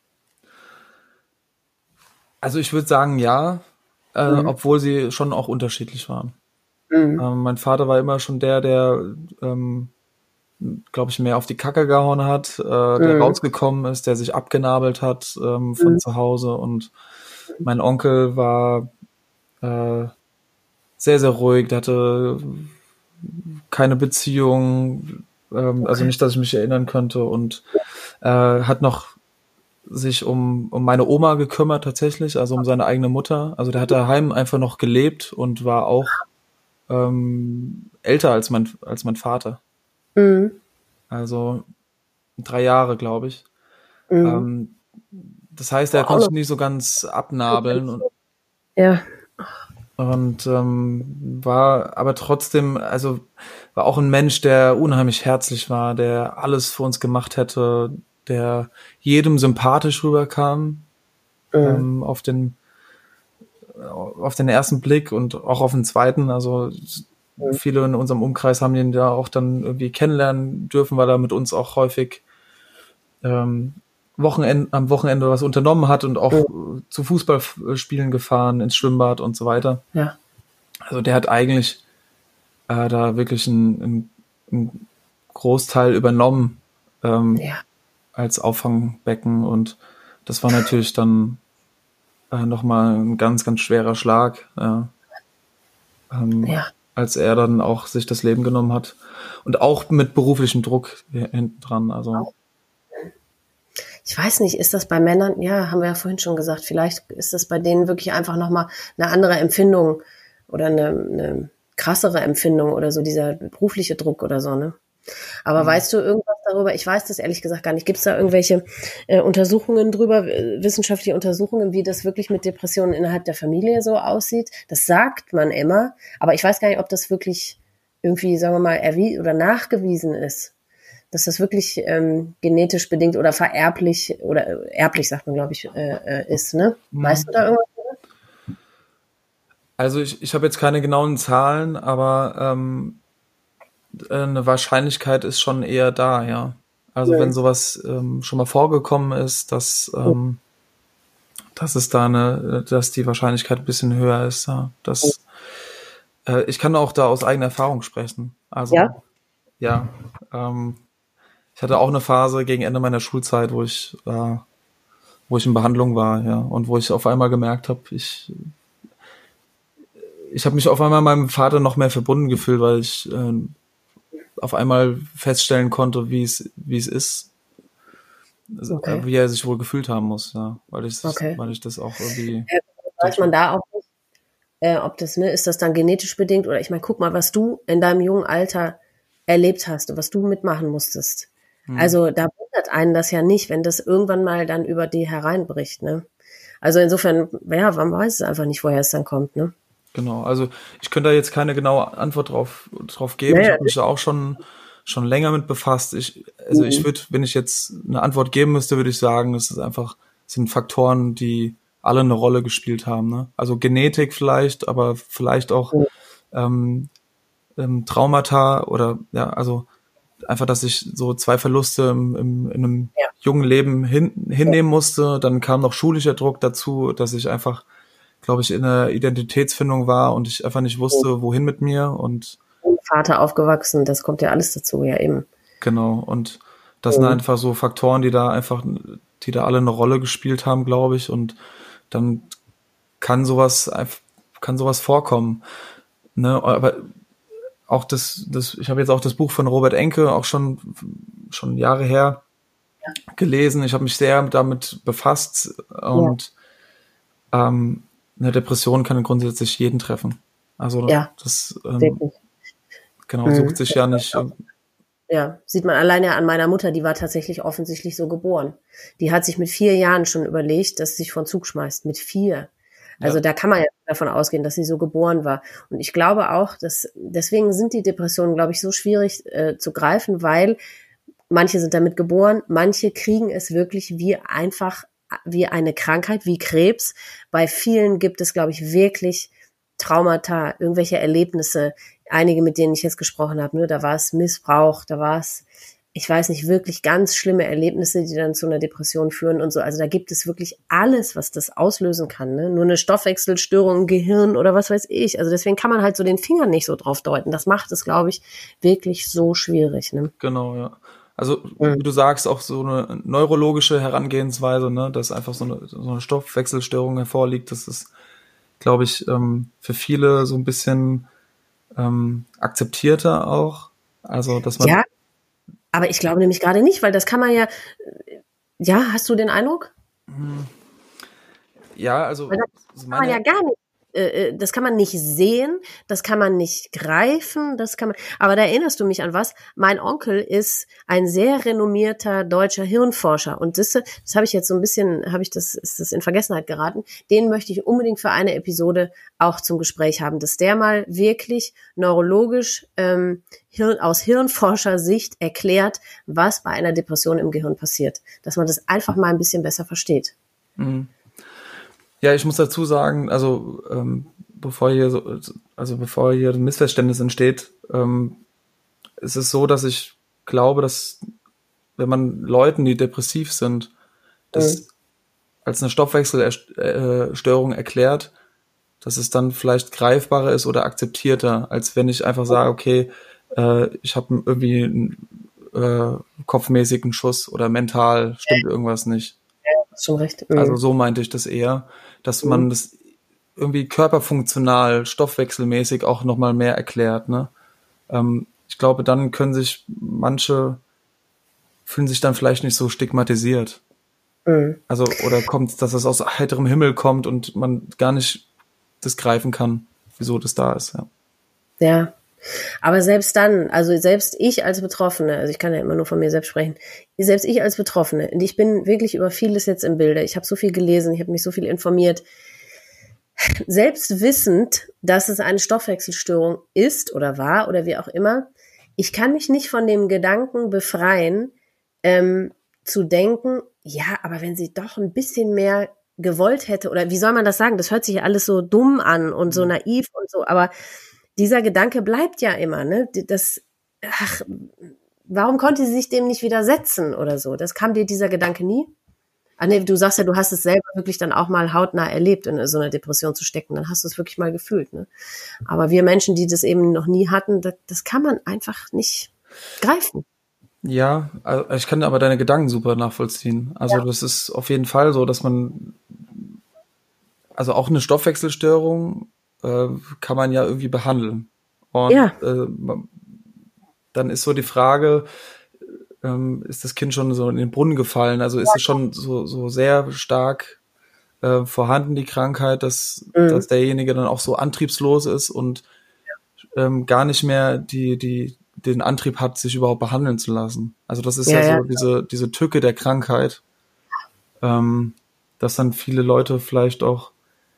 Also ich würde sagen, ja, äh, Mhm. obwohl sie schon auch unterschiedlich waren. Mhm. Ähm, mein Vater war immer schon der, der, ähm, glaube ich, mehr auf die Kacke gehauen hat, äh, der Mhm. rausgekommen ist, der sich abgenabelt hat ähm, von Mhm. zu Hause. Und mein Onkel war äh, sehr, sehr ruhig, der hatte keine Beziehung, ähm, also Okay. nicht, dass ich mich erinnern könnte. Und äh, hat noch sich um, um meine Oma gekümmert tatsächlich, also um seine eigene Mutter. Also der hat daheim einfach noch gelebt und war auch ähm, älter als mein, als mein Vater. Mhm. Also drei Jahre, glaube ich. Mhm. Ähm, das heißt, er Boah, auch konnte noch. sich nicht so ganz abnabeln und, Ja. und ähm, war aber trotzdem, also war auch ein Mensch, der unheimlich herzlich war, der alles für uns gemacht hätte, der jedem sympathisch rüberkam, Mhm. ähm, auf den auf den ersten Blick und auch auf den zweiten. Also Mhm. viele in unserem Umkreis haben ihn da auch dann irgendwie kennenlernen dürfen, weil er mit uns auch häufig ähm, Wochenend, am Wochenende was unternommen hat und auch Mhm. äh, zu Fußballspielen gefahren, ins Schwimmbad und so weiter. Ja. Also der hat eigentlich äh, da wirklich einen, einen, einen Großteil übernommen ähm, Ja. als Auffangbecken und das war natürlich dann äh, nochmal ein ganz, ganz schwerer Schlag. Ja. ähm, Ja. als er dann auch sich das Leben genommen hat. und auch mit beruflichem Druck hinten dran. Also ich weiß nicht, ist das bei Männern, ja, haben wir ja vorhin schon gesagt, vielleicht ist das bei denen wirklich einfach nochmal eine andere Empfindung oder eine, eine krassere Empfindung oder so, dieser berufliche Druck oder so, ne? Aber mhm. weißt du irgendwas darüber? Ich weiß das ehrlich gesagt gar nicht. Gibt es da irgendwelche äh, Untersuchungen drüber, äh, wissenschaftliche Untersuchungen, wie das wirklich mit Depressionen innerhalb der Familie so aussieht? Das sagt man immer, aber ich weiß gar nicht, ob das wirklich irgendwie, sagen wir mal, erwie- oder nachgewiesen ist, dass das wirklich ähm, genetisch bedingt oder vererblich oder äh, erblich, sagt man, glaube ich, äh, äh, ist, ne? Mhm. Weißt du da irgendwas? Also ich, ich habe jetzt keine genauen Zahlen, aber ähm, eine Wahrscheinlichkeit ist schon eher da, ja. Also ja. wenn sowas ähm, schon mal vorgekommen ist, dass, ähm, dass es da eine, dass die Wahrscheinlichkeit ein bisschen höher ist, ja. Das, äh, ich kann auch da aus eigener Erfahrung sprechen. Also ja, ja ähm, ich hatte auch eine Phase gegen Ende meiner Schulzeit, wo ich, äh, wo ich in Behandlung war, ja, und wo ich auf einmal gemerkt habe, ich ich habe mich auf einmal meinem Vater noch mehr verbunden gefühlt, weil ich äh, auf einmal feststellen konnte, wie es wie es ist, okay. wie er sich wohl gefühlt haben muss, ja, weil ich okay. weil ich das auch irgendwie äh, weiß man da auch nicht, äh, ob das ne ist das dann genetisch bedingt oder ich meine, guck mal, was du in deinem jungen Alter erlebt hast und was du mitmachen musstest. Hm. Also da wundert einen das ja nicht, wenn das irgendwann mal dann über die hereinbricht, ne? Also insofern, ja, man weiß es einfach nicht, woher es dann kommt, ne? Genau, also ich könnte da jetzt keine genaue Antwort drauf drauf geben. Naja. Ich habe mich da auch schon schon länger mit befasst. Ich also mhm. ich würde, wenn ich jetzt eine Antwort geben müsste, würde ich sagen, es ist einfach es sind Faktoren, die alle eine Rolle gespielt haben. Ne? Also Genetik vielleicht, aber vielleicht auch mhm. ähm, ähm, Traumata oder ja, also einfach, dass ich so zwei Verluste im, im, in einem ja. jungen Leben hin, hinnehmen musste. Dann kam noch schulischer Druck dazu, dass ich einfach glaube ich, in der Identitätsfindung war und ich einfach nicht wusste, wohin mit mir und Vater aufgewachsen, das kommt ja alles dazu, ja eben. Genau, und das mhm. sind einfach so Faktoren, die da einfach, die da alle eine Rolle gespielt haben, glaube ich, und dann kann sowas, kann sowas vorkommen, ne, aber auch das, das, ich habe jetzt auch das Buch von Robert Enke, auch schon, schon Jahre her ja. gelesen, ich habe mich sehr damit befasst und ja. ähm, eine Depression kann grundsätzlich jeden treffen. Also ja, das ähm, genau mhm. sucht sich ja nicht. Ja, sieht man alleine an meiner Mutter, die war tatsächlich offensichtlich so geboren. Die hat sich mit vier Jahren schon überlegt, dass sie sich von Zug schmeißt. Mit vier. Also ja. da kann man ja davon ausgehen, dass sie so geboren war. Und ich glaube auch, dass deswegen sind die Depressionen, glaube ich, so schwierig äh, zu greifen, weil manche sind damit geboren, manche kriegen es wirklich wie einfach wie eine Krankheit, wie Krebs. Bei vielen gibt es, glaube ich, wirklich Traumata, irgendwelche Erlebnisse. Einige, mit denen ich jetzt gesprochen habe, ne, da war es Missbrauch, da war es, ich weiß nicht, wirklich ganz schlimme Erlebnisse, die dann zu einer Depression führen und so. Also da gibt es wirklich alles, was das auslösen kann. Ne? Nur eine Stoffwechselstörung im Gehirn oder was weiß ich. Also deswegen kann man halt so den Finger nicht so drauf deuten. Das macht es, glaube ich, wirklich so schwierig. Ne? Genau, ja. Also, wie du sagst, auch so eine neurologische Herangehensweise, ne, dass einfach so eine, so eine Stoffwechselstörung hervorliegt, das ist, glaube ich, ähm, für viele so ein bisschen ähm, akzeptierter auch. Also, dass man. Ja, aber ich glaube nämlich gerade nicht, weil das kann man ja, ja, hast du den Eindruck? Ja, also. Weil das kann man ja gar nicht. Das kann man nicht sehen, das kann man nicht greifen, das kann man, aber da erinnerst du mich an was? Mein Onkel ist ein sehr renommierter deutscher Hirnforscher und das, das habe ich jetzt so ein bisschen, habe ich das, ist das in Vergessenheit geraten, den möchte ich unbedingt für eine Episode auch zum Gespräch haben, dass der mal wirklich neurologisch ähm, Hirn, aus Hirnforscher-Sicht erklärt, was bei einer Depression im Gehirn passiert, dass man das einfach mal ein bisschen besser versteht. Mhm. Ja, ich muss dazu sagen, also ähm, bevor hier so, also bevor hier ein Missverständnis entsteht, ähm, ist es so, dass ich glaube, dass wenn man Leuten, die depressiv sind, das mhm. als eine Stoffwechselstörung erklärt, dass es dann vielleicht greifbarer ist oder akzeptierter, als wenn ich einfach sage, okay, äh, ich habe irgendwie einen äh, kopfmäßigen Schuss oder mental stimmt irgendwas nicht. Hast schon recht. Also so meinte ich das eher, dass man das irgendwie körperfunktional, stoffwechselmäßig auch nochmal mehr erklärt. Ne? Ähm, ich glaube, dann können sich manche, fühlen sich dann vielleicht nicht so stigmatisiert. Mhm. Also, oder kommt, dass es aus heiterem Himmel kommt und man gar nicht das greifen kann, wieso das da ist, ja. Ja, aber selbst dann, also selbst ich als Betroffene, also ich kann ja immer nur von mir selbst sprechen, selbst ich als Betroffene, und ich bin wirklich über vieles jetzt im Bilde, ich habe so viel gelesen, ich habe mich so viel informiert, selbst wissend, dass es eine Stoffwechselstörung ist oder war oder wie auch immer, ich kann mich nicht von dem Gedanken befreien, ähm, zu denken, ja, aber wenn sie doch ein bisschen mehr gewollt hätte, oder wie soll man das sagen, das hört sich ja alles so dumm an und so naiv und so, aber dieser Gedanke bleibt ja immer, ne, das, ach, warum konnte sie sich dem nicht widersetzen oder so, das kam dir dieser Gedanke nie? Ah, nee, du sagst ja, du hast es selber wirklich dann auch mal hautnah erlebt, in so einer Depression zu stecken, dann hast du es wirklich mal gefühlt, ne, aber wir Menschen, die das eben noch nie hatten, das, das kann man einfach nicht greifen. Ja, also ich kann aber deine Gedanken super nachvollziehen. Also ja. Das ist auf jeden Fall so, dass man, also auch eine Stoffwechselstörung äh, kann man ja irgendwie behandeln. Und ja. äh, dann ist so die Frage, ähm, ist das Kind schon so in den Brunnen gefallen? Also ist ja. es schon so so sehr stark äh, vorhanden, die Krankheit, dass mhm. dass derjenige dann auch so antriebslos ist und ja. ähm, gar nicht mehr die die den Antrieb hat, sich überhaupt behandeln zu lassen. Also das ist ja, ja so ja. diese diese Tücke der Krankheit, ähm, dass dann viele Leute vielleicht auch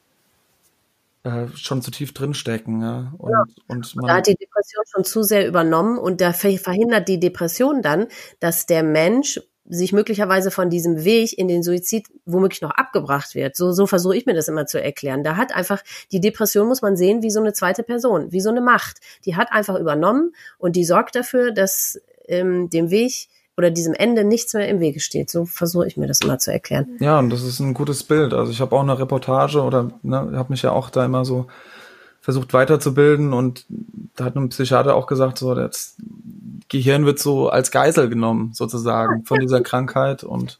äh, schon zu tief drinstecken. Ja? Und, ja. und man da hat die Depression schon zu sehr übernommen und da verhindert die Depression dann, dass der Mensch sich möglicherweise von diesem Weg in den Suizid womöglich noch abgebracht wird. So, so versuche ich mir das immer zu erklären. Da hat einfach, die Depression muss man sehen wie so eine zweite Person, wie so eine Macht. Die hat einfach übernommen und die sorgt dafür, dass ähm, dem Weg oder diesem Ende nichts mehr im Wege steht. So versuche ich mir das immer zu erklären. Ja, und das ist ein gutes Bild. Also ich habe auch eine Reportage oder ne, habe mich ja auch da immer so versucht weiterzubilden und da hat ein Psychiater auch gesagt, so das Gehirn wird so als Geisel genommen sozusagen von dieser Krankheit und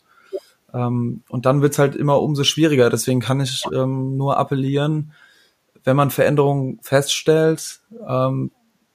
ähm, und dann wird's halt immer umso schwieriger. Deswegen kann ich ähm, nur appellieren, wenn man Veränderungen feststellt ähm,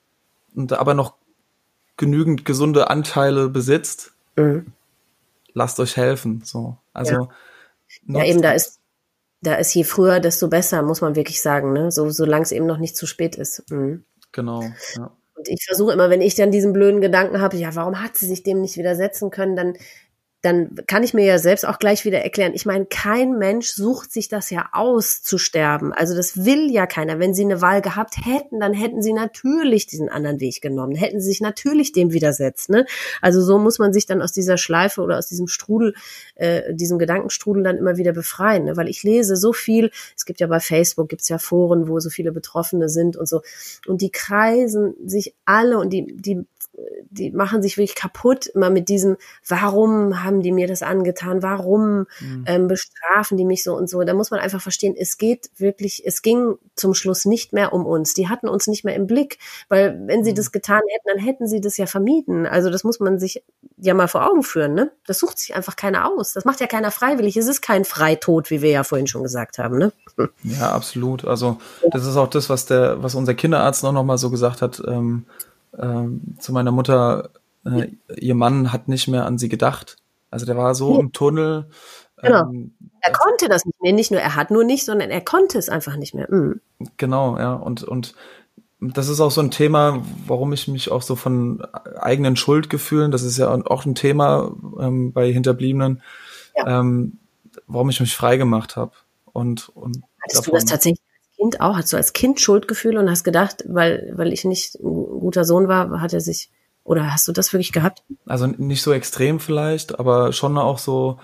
und aber noch genügend gesunde Anteile besitzt, mhm. lasst euch helfen. So, also ja, ja eben da ist Da ist je früher, desto besser, muss man wirklich sagen, ne? So, solange es eben noch nicht zu spät ist. Mhm. Genau, ja. Und ich versuche immer, wenn ich dann diesen blöden Gedanken habe, ja, warum hat sie sich dem nicht widersetzen können, dann dann kann ich mir ja selbst auch gleich wieder erklären. Ich meine, kein Mensch sucht sich das ja aus, zu sterben. Also das will ja keiner. Wenn sie eine Wahl gehabt hätten, dann hätten sie natürlich diesen anderen Weg genommen. Hätten sie sich natürlich dem widersetzt. Ne? Also so muss man sich dann aus dieser Schleife oder aus diesem Strudel, äh, diesem Gedankenstrudel dann immer wieder befreien. Ne? Weil ich lese so viel, es gibt ja bei Facebook, gibt's ja Foren, wo so viele Betroffene sind und so. Und die kreisen sich alle und die, die die machen sich wirklich kaputt immer mit diesem, warum haben die mir das angetan, warum mhm. ähm, bestrafen die mich so und so. Da muss man einfach verstehen, es geht wirklich, es ging zum Schluss nicht mehr um uns. Die hatten uns nicht mehr im Blick, weil wenn sie mhm. das getan hätten, dann hätten sie das ja vermieden. Also das muss man sich ja mal vor Augen führen, ne? Das sucht sich einfach keiner aus. Das macht ja keiner freiwillig. Es ist kein Freitod, wie wir ja vorhin schon gesagt haben, ne? Ja, absolut. Also das ist auch das, was der, was unser Kinderarzt noch mal so gesagt hat, ähm, Ähm, zu meiner Mutter, äh, ihr Mann hat nicht mehr an sie gedacht. Also der war so im Tunnel. Genau. Ähm, er konnte das nicht mehr. Nicht nur er hat nur nicht, sondern er konnte es einfach nicht mehr. Mhm. Genau, ja. Und, und das ist auch so ein Thema, warum ich mich auch so von eigenen Schuldgefühlen, das ist ja auch ein Thema ähm, bei Hinterbliebenen, ja. ähm, warum ich mich frei gemacht habe. Und, und Hattest davon, du das tatsächlich Kind auch? Hast du als Kind Schuldgefühle und hast gedacht, weil weil ich nicht ein guter Sohn war, hat er sich, oder hast du das wirklich gehabt? Also nicht so extrem vielleicht, aber schon auch so,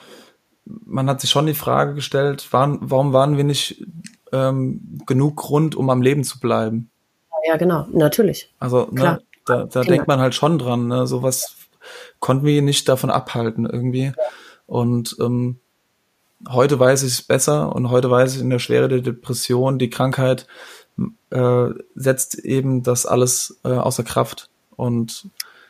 man hat sich schon die Frage gestellt, waren, warum waren wir nicht ähm, genug Grund, um am Leben zu bleiben? Ja, genau, natürlich. Also ne, da, da denkt man halt schon dran, ne, sowas konnten wir nicht davon abhalten irgendwie. Und ähm, heute weiß ich es besser und heute weiß ich in der Schwere der Depression, die Krankheit äh, setzt eben das alles äh, außer Kraft und,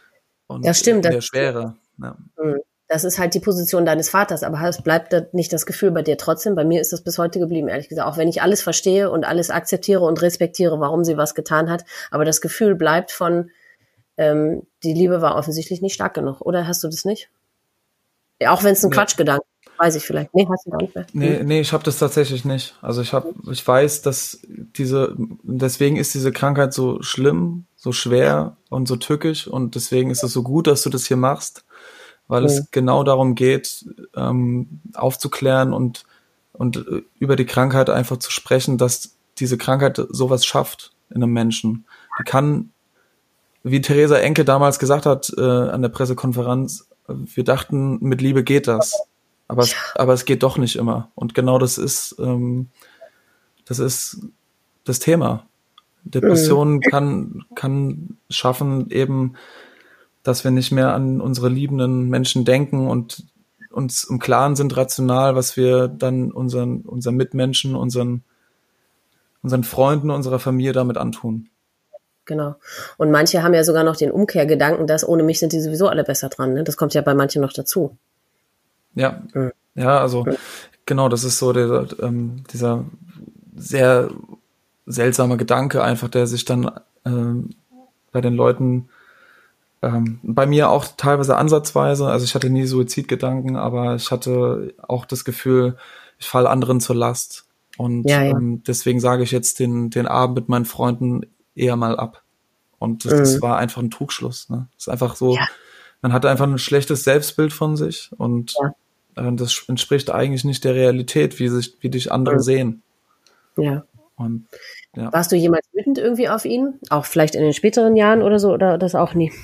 und das stimmt, in der das Schwere. Ja. Das ist halt die Position deines Vaters, aber es bleibt da nicht das Gefühl bei dir trotzdem. Bei mir ist das bis heute geblieben, ehrlich gesagt. Auch wenn ich alles verstehe und alles akzeptiere und respektiere, warum sie was getan hat, aber das Gefühl bleibt von, ähm, die Liebe war offensichtlich nicht stark genug. Oder hast du das nicht? Ja, auch wenn es ein Nee. Quatschgedanke ist, weiß ich vielleicht. Nee, hast du gar nicht mehr. Nee, nee, ich habe das tatsächlich nicht. Also ich habe, ich weiß, dass diese, deswegen ist diese Krankheit so schlimm, so schwer und so tückisch und deswegen ist es so gut, dass du das hier machst, weil Mhm. es genau darum geht, ähm, aufzuklären und und äh, über die Krankheit einfach zu sprechen, dass diese Krankheit sowas schafft in einem Menschen. Die kann, wie Theresa Enke damals gesagt hat äh, an der Pressekonferenz, wir dachten, mit Liebe geht das. Aber es, aber es geht doch nicht immer. Und genau das ist, ähm, das ist das Thema. Depression kann, kann schaffen eben, dass wir nicht mehr an unsere liebenden Menschen denken und uns im Klaren sind rational, was wir dann unseren, unseren Mitmenschen, unseren, unseren Freunden, unserer Familie damit antun. Genau. Und manche haben ja sogar noch den Umkehrgedanken, dass ohne mich sind die sowieso alle besser dran. Ne? Das kommt ja bei manchen noch dazu. Ja, ja, also genau, das ist so der, ähm, dieser sehr seltsame Gedanke einfach, der sich dann ähm, bei den Leuten, ähm, bei mir auch teilweise ansatzweise, also ich hatte nie Suizidgedanken, aber ich hatte auch das Gefühl, ich falle anderen zur Last. Und Ja, ja. ähm, deswegen sage ich jetzt den, den Abend mit meinen Freunden eher mal ab. Und das, das Mhm. war einfach ein Trugschluss. Ne? Das ist einfach so, Ja. man hatte einfach ein schlechtes Selbstbild von sich und Ja. äh, das entspricht eigentlich nicht der Realität, wie sich, wie dich andere Mhm. sehen. Ja. Und ja. Warst du jemals wütend irgendwie auf ihn? Auch vielleicht in den späteren Jahren oder so, oder das auch nie?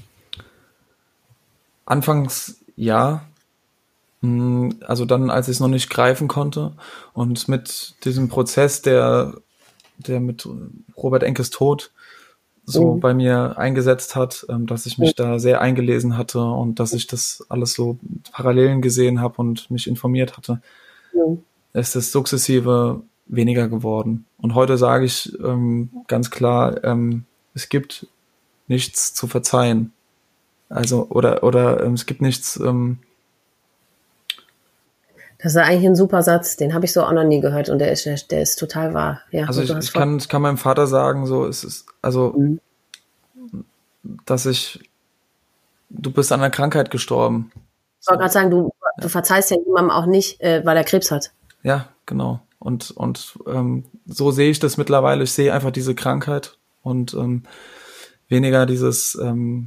Anfangs ja, Hm, also dann, als ich es noch nicht greifen konnte und mit diesem Prozess, der, der mit Robert Enkes Tod so Mhm. bei mir eingesetzt hat, ähm, dass ich mich da sehr eingelesen hatte und dass ich das alles so Parallelen gesehen habe und mich informiert hatte, Mhm. ist es sukzessive weniger geworden. Und heute sage ich ähm, ganz klar, ähm, es gibt nichts zu verzeihen. Also, oder, oder ähm, es gibt nichts, ähm, Das ist eigentlich ein super Satz, den habe ich so auch noch nie gehört und der ist, der, der ist total wahr. Ja, also du ich, hast ich voll. kann, ich kann meinem Vater sagen, so, es ist, also, Mhm. dass ich, du bist an einer Krankheit gestorben. Ich wollte gerade sagen, du, du verzeihst ja jemandem auch nicht, äh, weil er Krebs hat. Ja, genau. Und, und ähm, so sehe ich das mittlerweile. Ich sehe einfach diese Krankheit und ähm, weniger dieses, ähm,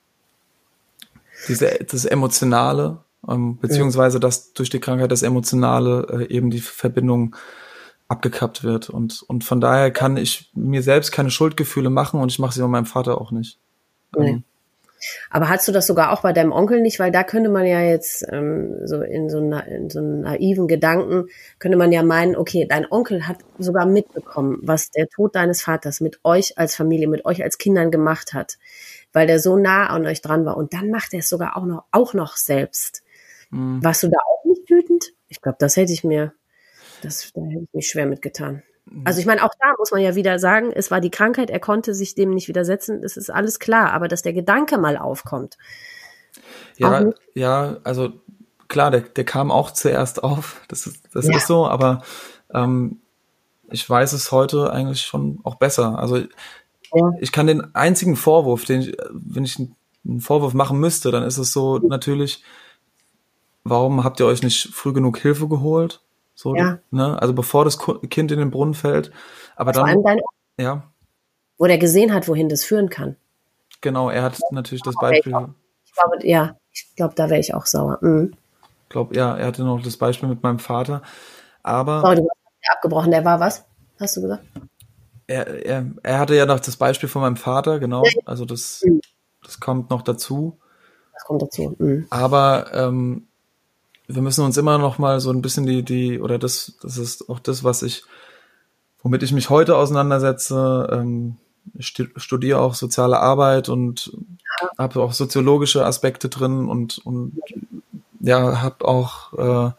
diese, das Emotionale, ähm, beziehungsweise dass durch die Krankheit das Emotionale äh, eben die Verbindung abgekappt wird. Und, und von daher kann ich mir selbst keine Schuldgefühle machen und ich mache sie bei meinem Vater auch nicht. Nee. Ähm, Aber hast du das sogar auch bei deinem Onkel nicht? Weil da könnte man ja jetzt ähm, so in so, na, in so einem naiven Gedanken, könnte man ja meinen, okay, dein Onkel hat sogar mitbekommen, was der Tod deines Vaters mit euch als Familie, mit euch als Kindern gemacht hat, weil der so nah an euch dran war. Und dann macht er es sogar auch noch, auch noch selbst. mh. Warst du da auch nicht wütend? Ich glaube, das hätte ich mir, das, da hätte ich mich schwer mitgetan. Also ich meine, auch da muss man ja wieder sagen, es war die Krankheit, er konnte sich dem nicht widersetzen, das ist alles klar, aber dass der Gedanke mal aufkommt. Auch Ja, nicht? ja, also klar, der, der kam auch zuerst auf, das ist, das Ja. ist so, aber ähm, ich weiß es heute eigentlich schon auch besser. Also Ja. ich kann den einzigen Vorwurf, den ich, wenn ich einen Vorwurf machen müsste, dann ist es so natürlich, warum habt ihr euch nicht früh genug Hilfe geholt? So, Ja. ne? Also bevor das Ku- Kind in den Brunnen fällt. Aber Vor dann, allem dein, ja, wo der gesehen hat, wohin das führen kann. genau, er hat natürlich das wäre ich Beispiel, auch. Ich glaube, ja, ich glaube, da wäre ich auch sauer. Mhm. glaub, ja, er hatte noch das Beispiel mit meinem Vater. Aber Sorry, du hast abgebrochen, der war was? Hast du gesagt? er, er, er hatte ja noch das Beispiel von meinem Vater, genau. Also das, Mhm. das kommt noch dazu. Das kommt dazu. Mhm. Aber ähm, wir müssen uns immer noch mal so ein bisschen die, die, oder das, das ist auch das, was ich, womit ich mich heute auseinandersetze. Ähm, ich stu- studiere auch soziale Arbeit und habe auch soziologische Aspekte drin und, und ja, habe auch, äh,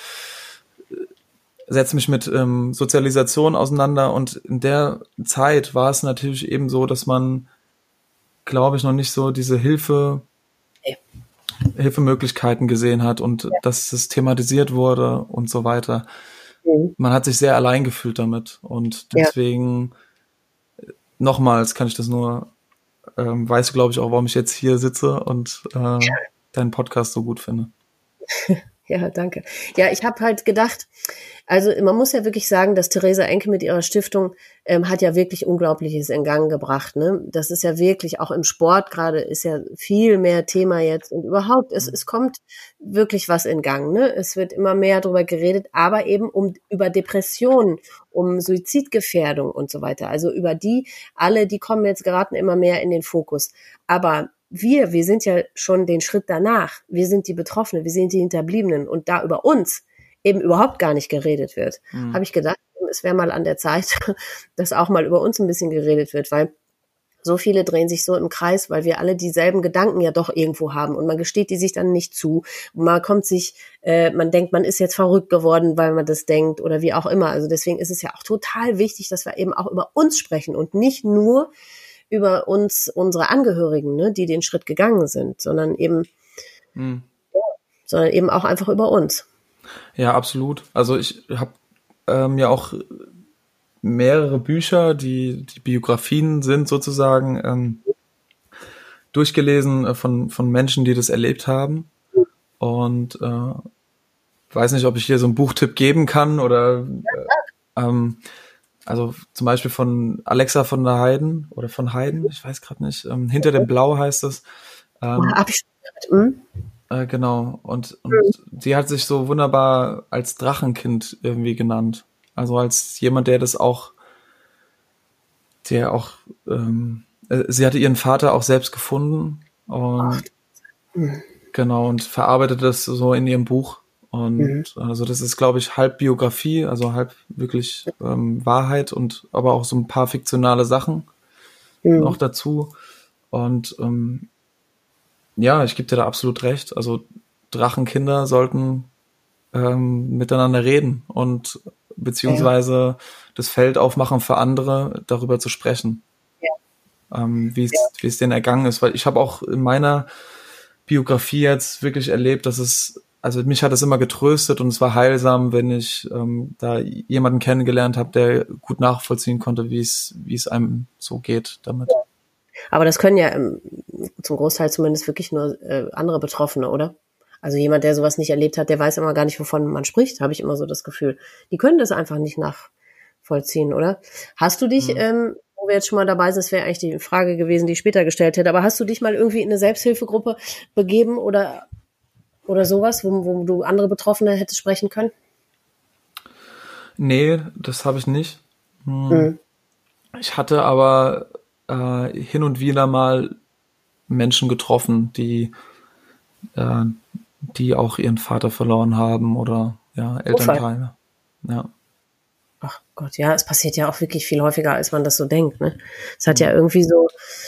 setze mich mit ähm, Sozialisation auseinander und in der Zeit war es natürlich eben so, dass man, glaube ich, noch nicht so diese Hilfe, Nee. Hilfemöglichkeiten gesehen hat und dass es thematisiert wurde und so weiter. Mhm. Man hat sich sehr allein gefühlt damit und Ja. deswegen nochmals kann ich das nur ähm, weißt du, glaube ich, auch, warum ich jetzt hier sitze und äh, deinen Podcast so gut finde. Ja, danke. Ja, ich habe halt gedacht, also man muss ja wirklich sagen, dass Theresa Enke mit ihrer Stiftung ähm, hat ja wirklich Unglaubliches in Gang gebracht. Ne? Das ist ja wirklich, auch im Sport gerade, ist ja viel mehr Thema jetzt. Und überhaupt, es, es kommt wirklich was in Gang. Ne? Es wird immer mehr darüber geredet, aber eben um über Depressionen, um Suizidgefährdung und so weiter. Also über die, alle, die kommen jetzt geraten immer mehr in den Fokus. Aber wir, wir sind ja schon den Schritt danach. Wir sind die Betroffenen, wir sind die Hinterbliebenen. Und da über uns eben überhaupt gar nicht geredet wird, mhm. habe ich gedacht, es wäre mal an der Zeit, dass auch mal über uns ein bisschen geredet wird, weil so viele drehen sich so im Kreis, weil wir alle dieselben Gedanken ja doch irgendwo haben und man gesteht die sich dann nicht zu. Man kommt sich, äh, man denkt, man ist jetzt verrückt geworden, weil man das denkt oder wie auch immer. Also deswegen ist es ja auch total wichtig, dass wir eben auch über uns sprechen und nicht nur über uns, unsere Angehörigen, ne, die den Schritt gegangen sind, sondern eben, hm. ja, sondern eben auch einfach über uns. Ja, absolut. Also ich habe ähm, ja auch mehrere Bücher, die die Biografien sind sozusagen, ähm, durchgelesen von von Menschen, die das erlebt haben. Und äh, weiß nicht, ob ich hier so einen Buchtipp geben kann oder äh, ähm, also zum Beispiel von Alexa von der Heiden oder von Heiden, ich weiß gerade nicht. Ähm, Hinter dem Blau heißt es. Ähm, Hab ich schon gehört. Äh, genau. Und, und mhm. sie hat sich so wunderbar als Drachenkind irgendwie genannt. Also als jemand, der das auch, der auch, ähm, äh, sie hatte ihren Vater auch selbst gefunden und mhm. genau und verarbeitet das so in ihrem Buch. Und mhm. also das ist, glaube ich, halb Biografie, also halb wirklich ähm, Wahrheit und aber auch so ein paar fiktionale Sachen mhm. noch dazu. Und ähm, ja, ich gebe dir da absolut recht. Also Drachenkinder sollten ähm, miteinander reden und beziehungsweise ja. das Feld aufmachen für andere, darüber zu sprechen, ja. ähm, wie es ja. wie es denen ergangen ist. Weil ich habe auch in meiner Biografie jetzt wirklich erlebt, dass es, also mich hat es immer getröstet und es war heilsam, wenn ich ähm, da jemanden kennengelernt habe, der gut nachvollziehen konnte, wie es wie es einem so geht damit. Ja. Aber das können ja ähm, zum Großteil zumindest wirklich nur äh, andere Betroffene, oder? Also jemand, der sowas nicht erlebt hat, der weiß immer gar nicht, wovon man spricht, habe ich immer so das Gefühl. Die können das einfach nicht nachvollziehen, oder? Hast du dich, mhm. ähm, wo wir jetzt schon mal dabei sind, das wäre eigentlich die Frage gewesen, die ich später gestellt hätte, aber hast du dich mal irgendwie in eine Selbsthilfegruppe begeben oder oder sowas, wo, wo du andere Betroffene hättest sprechen können? Nee, das habe ich nicht. Hm. Mhm. Ich hatte aber äh, hin und wieder mal Menschen getroffen, die äh, die auch ihren Vater verloren haben oder ja, Elternteile. Ja. Ach Gott, ja, es passiert ja auch wirklich viel häufiger, als man das so denkt. Ne? Es hat mhm. ja irgendwie so,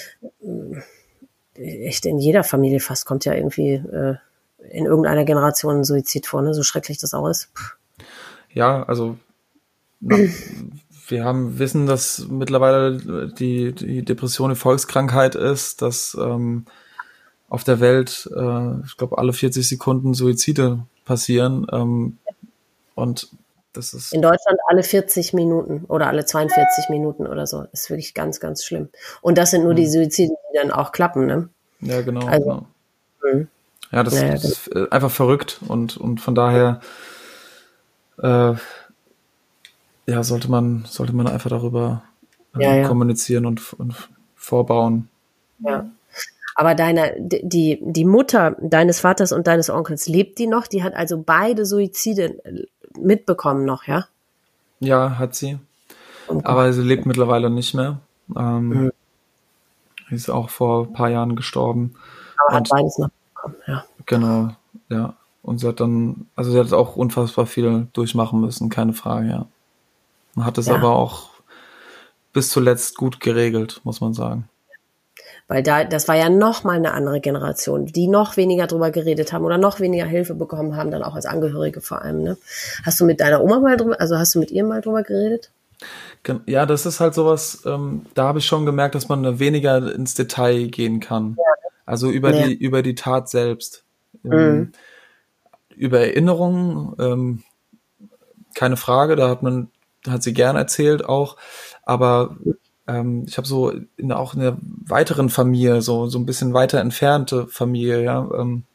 echt in jeder Familie fast kommt ja irgendwie äh, in irgendeiner Generation ein Suizid vor, ne? So schrecklich das auch ist. Puh. Ja, also na, wir haben wissen, dass mittlerweile die, die Depression eine Volkskrankheit ist, dass ähm, auf der Welt, äh, ich glaube, alle vierzig Sekunden Suizide passieren. Ähm, und das ist in Deutschland alle vierzig Minuten oder alle zweiundvierzig Minuten oder so. Das ist wirklich ganz, ganz schlimm. Und das sind nur mhm. die Suizide, die dann auch klappen, ne? Ja, genau. Also, genau. Mhm. Ja, das, naja, das ist einfach verrückt und, und von daher äh, ja, sollte man, sollte man einfach darüber äh, ja, ja. kommunizieren und, und vorbauen. Ja. Aber deine, die, die Mutter deines Vaters und deines Onkels, lebt die noch? Die hat also beide Suizide mitbekommen noch, ja? Ja, hat sie. Oh, aber sie lebt mittlerweile nicht mehr. Ähm, mhm. Sie ist auch vor ein paar Jahren gestorben. Aber und, hat beides noch bekommen, ja. Genau, ja. Und sie hat dann, also sie hat auch unfassbar viel durchmachen müssen, keine Frage, ja. Man hat es ja. aber auch bis zuletzt gut geregelt, muss man sagen. Weil da, das war ja noch mal eine andere Generation, die noch weniger drüber geredet haben oder noch weniger Hilfe bekommen haben, dann auch als Angehörige vor allem, ne? Hast du mit deiner Oma mal drüber, also hast du mit ihr mal drüber geredet? Ja, das ist halt sowas, ähm, da habe ich schon gemerkt, dass man weniger ins Detail gehen kann. Ja. Also über ja. die, über die Tat selbst. Mhm. Ähm, über Erinnerungen, ähm, keine Frage, da hat man, hat sie gern erzählt auch, aber ähm, ich habe so in, auch in der weiteren Familie, so so ein bisschen weiter entfernte Familie, ja, ähm,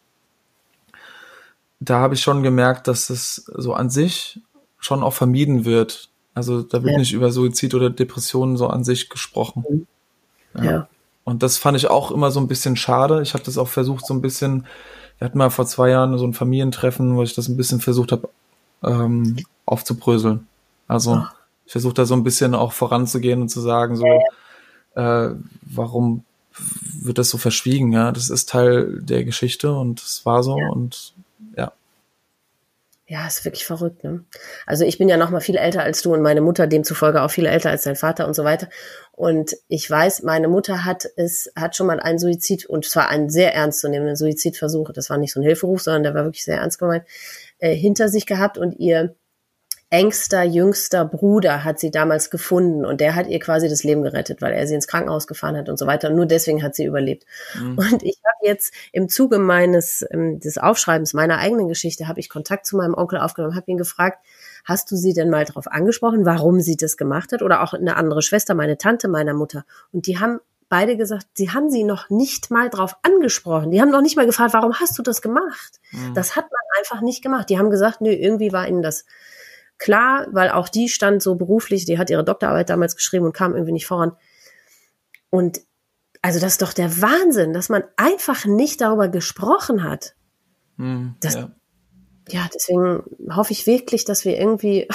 da habe ich schon gemerkt, dass es so an sich schon auch vermieden wird. Also da wird Ja. nicht über Suizid oder Depressionen so an sich gesprochen. Ja. Ja. Ja. Und das fand ich auch immer so ein bisschen schade. Ich habe das auch versucht, so ein bisschen, wir hatten mal vor zwei Jahren so ein Familientreffen, wo ich das ein bisschen versucht habe, ähm, aufzubröseln. Also Oh. ich versuche da so ein bisschen auch voranzugehen und zu sagen, so, äh, warum wird das so verschwiegen? Ja, das ist Teil der Geschichte und es war so Ja. und ja. Ja, ist wirklich verrückt, ne? Also ich bin ja noch mal viel älter als du und meine Mutter demzufolge auch viel älter als dein Vater und so weiter. Und ich weiß, meine Mutter hat es, hat schon mal einen Suizid, und zwar einen sehr ernstzunehmenden Suizidversuch, das war nicht so ein Hilferuf, sondern der war wirklich sehr ernst gemeint, äh, hinter sich gehabt, und ihr engster, jüngster Bruder hat sie damals gefunden und der hat ihr quasi das Leben gerettet, weil er sie ins Krankenhaus gefahren hat und so weiter. Und nur deswegen hat sie überlebt. Mhm. Und ich habe jetzt im Zuge meines ähm, des Aufschreibens meiner eigenen Geschichte habe ich Kontakt zu meinem Onkel aufgenommen, habe ihn gefragt, hast du sie denn mal darauf angesprochen, warum sie das gemacht hat? Oder auch eine andere Schwester, meine Tante meiner Mutter. Und die haben beide gesagt, sie haben sie noch nicht mal drauf angesprochen. Die haben noch nicht mal gefragt, warum hast du das gemacht? Mhm. Das hat man einfach nicht gemacht. Die haben gesagt, nö, irgendwie war ihnen das klar, weil auch die stand so beruflich, die hat ihre Doktorarbeit damals geschrieben und kam irgendwie nicht voran. Und also das ist doch der Wahnsinn, dass man einfach nicht darüber gesprochen hat. Hm, das, ja. ja, deswegen hoffe ich wirklich, dass wir irgendwie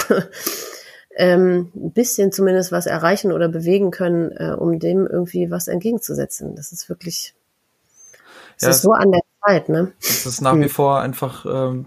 ähm, ein bisschen zumindest was erreichen oder bewegen können, äh, um dem irgendwie was entgegenzusetzen. Das ist wirklich, es ja, ist so an der Zeit, ne? Es ist nach hm. wie vor einfach ähm,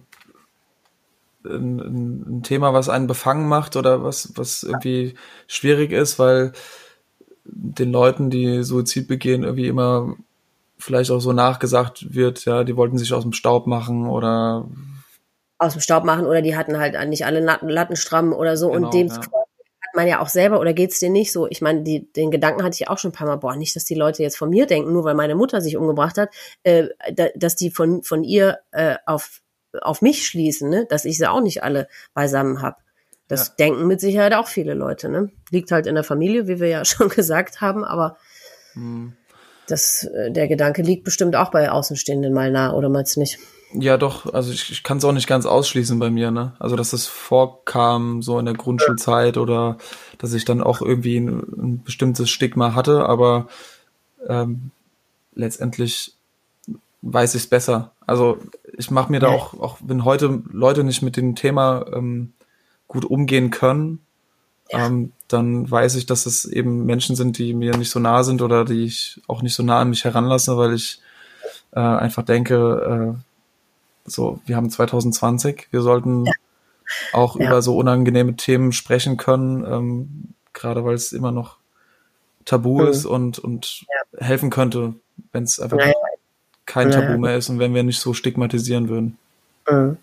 Ein, ein Thema, was einen befangen macht oder was, was irgendwie schwierig ist, weil den Leuten, die Suizid begehen, irgendwie immer vielleicht auch so nachgesagt wird, ja, die wollten sich aus dem Staub machen oder aus dem Staub machen oder die hatten halt nicht alle Latten, Latten stramm oder so, genau, und dem ja. hat man ja auch selber, oder geht's dir nicht so? Ich meine, die, den Gedanken hatte ich auch schon ein paar Mal, boah, nicht, dass die Leute jetzt von mir denken, nur weil meine Mutter sich umgebracht hat, äh, da, dass die von, von ihr äh, auf auf mich schließen, ne, dass ich sie auch nicht alle beisammen habe. Das ja. denken mit Sicherheit auch viele Leute, ne? Liegt halt in der Familie, wie wir ja schon gesagt haben, aber hm. das, der Gedanke liegt bestimmt auch bei Außenstehenden mal nah, oder meinst du nicht? Ja, doch, also ich, ich kann es auch nicht ganz ausschließen bei mir, ne? Also dass es vorkam, so in der Grundschulzeit, oder dass ich dann auch irgendwie ein, ein bestimmtes Stigma hatte, aber ähm, letztendlich weiß ich es besser. Also ich mache mir da auch, auch wenn heute Leute nicht mit dem Thema ähm, gut umgehen können, ja. ähm, dann weiß ich, dass es eben Menschen sind, die mir nicht so nah sind oder die ich auch nicht so nah an mich heranlasse, weil ich äh, einfach denke, äh, so, wir haben zwanzig zwanzig, wir sollten ja. auch ja. über so unangenehme Themen sprechen können, ähm, gerade weil es immer noch tabu mhm. ist und, und ja. helfen könnte, wenn es einfach ja. kein Tabu ja. mehr ist und wenn wir nicht so stigmatisieren würden. Mhm.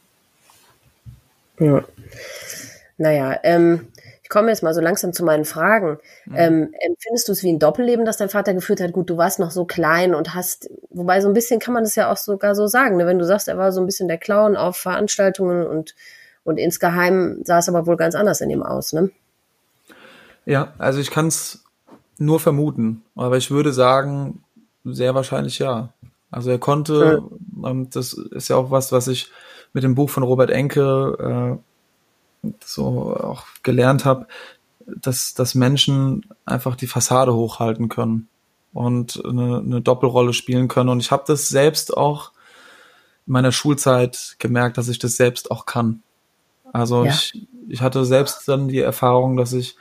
Ja. Naja, ähm, ich komme jetzt mal so langsam zu meinen Fragen. Mhm. Ähm, empfindest du es wie ein Doppelleben, das dein Vater geführt hat? Gut, du warst noch so klein und hast, wobei so ein bisschen kann man das ja auch sogar so sagen, ne? Wenn du sagst, er war so ein bisschen der Clown auf Veranstaltungen und, und insgeheim sah es aber wohl ganz anders in ihm aus, ne? Ja, also ich kann es nur vermuten, aber ich würde sagen, sehr wahrscheinlich ja. Also er konnte, ja. ähm, das ist ja auch was, was ich mit dem Buch von Robert Enke äh, so auch gelernt habe, dass, dass Menschen einfach die Fassade hochhalten können und eine, eine Doppelrolle spielen können. Und ich habe das selbst auch in meiner Schulzeit gemerkt, dass ich das selbst auch kann. Also ja. ich, ich hatte selbst dann die Erfahrung, dass ich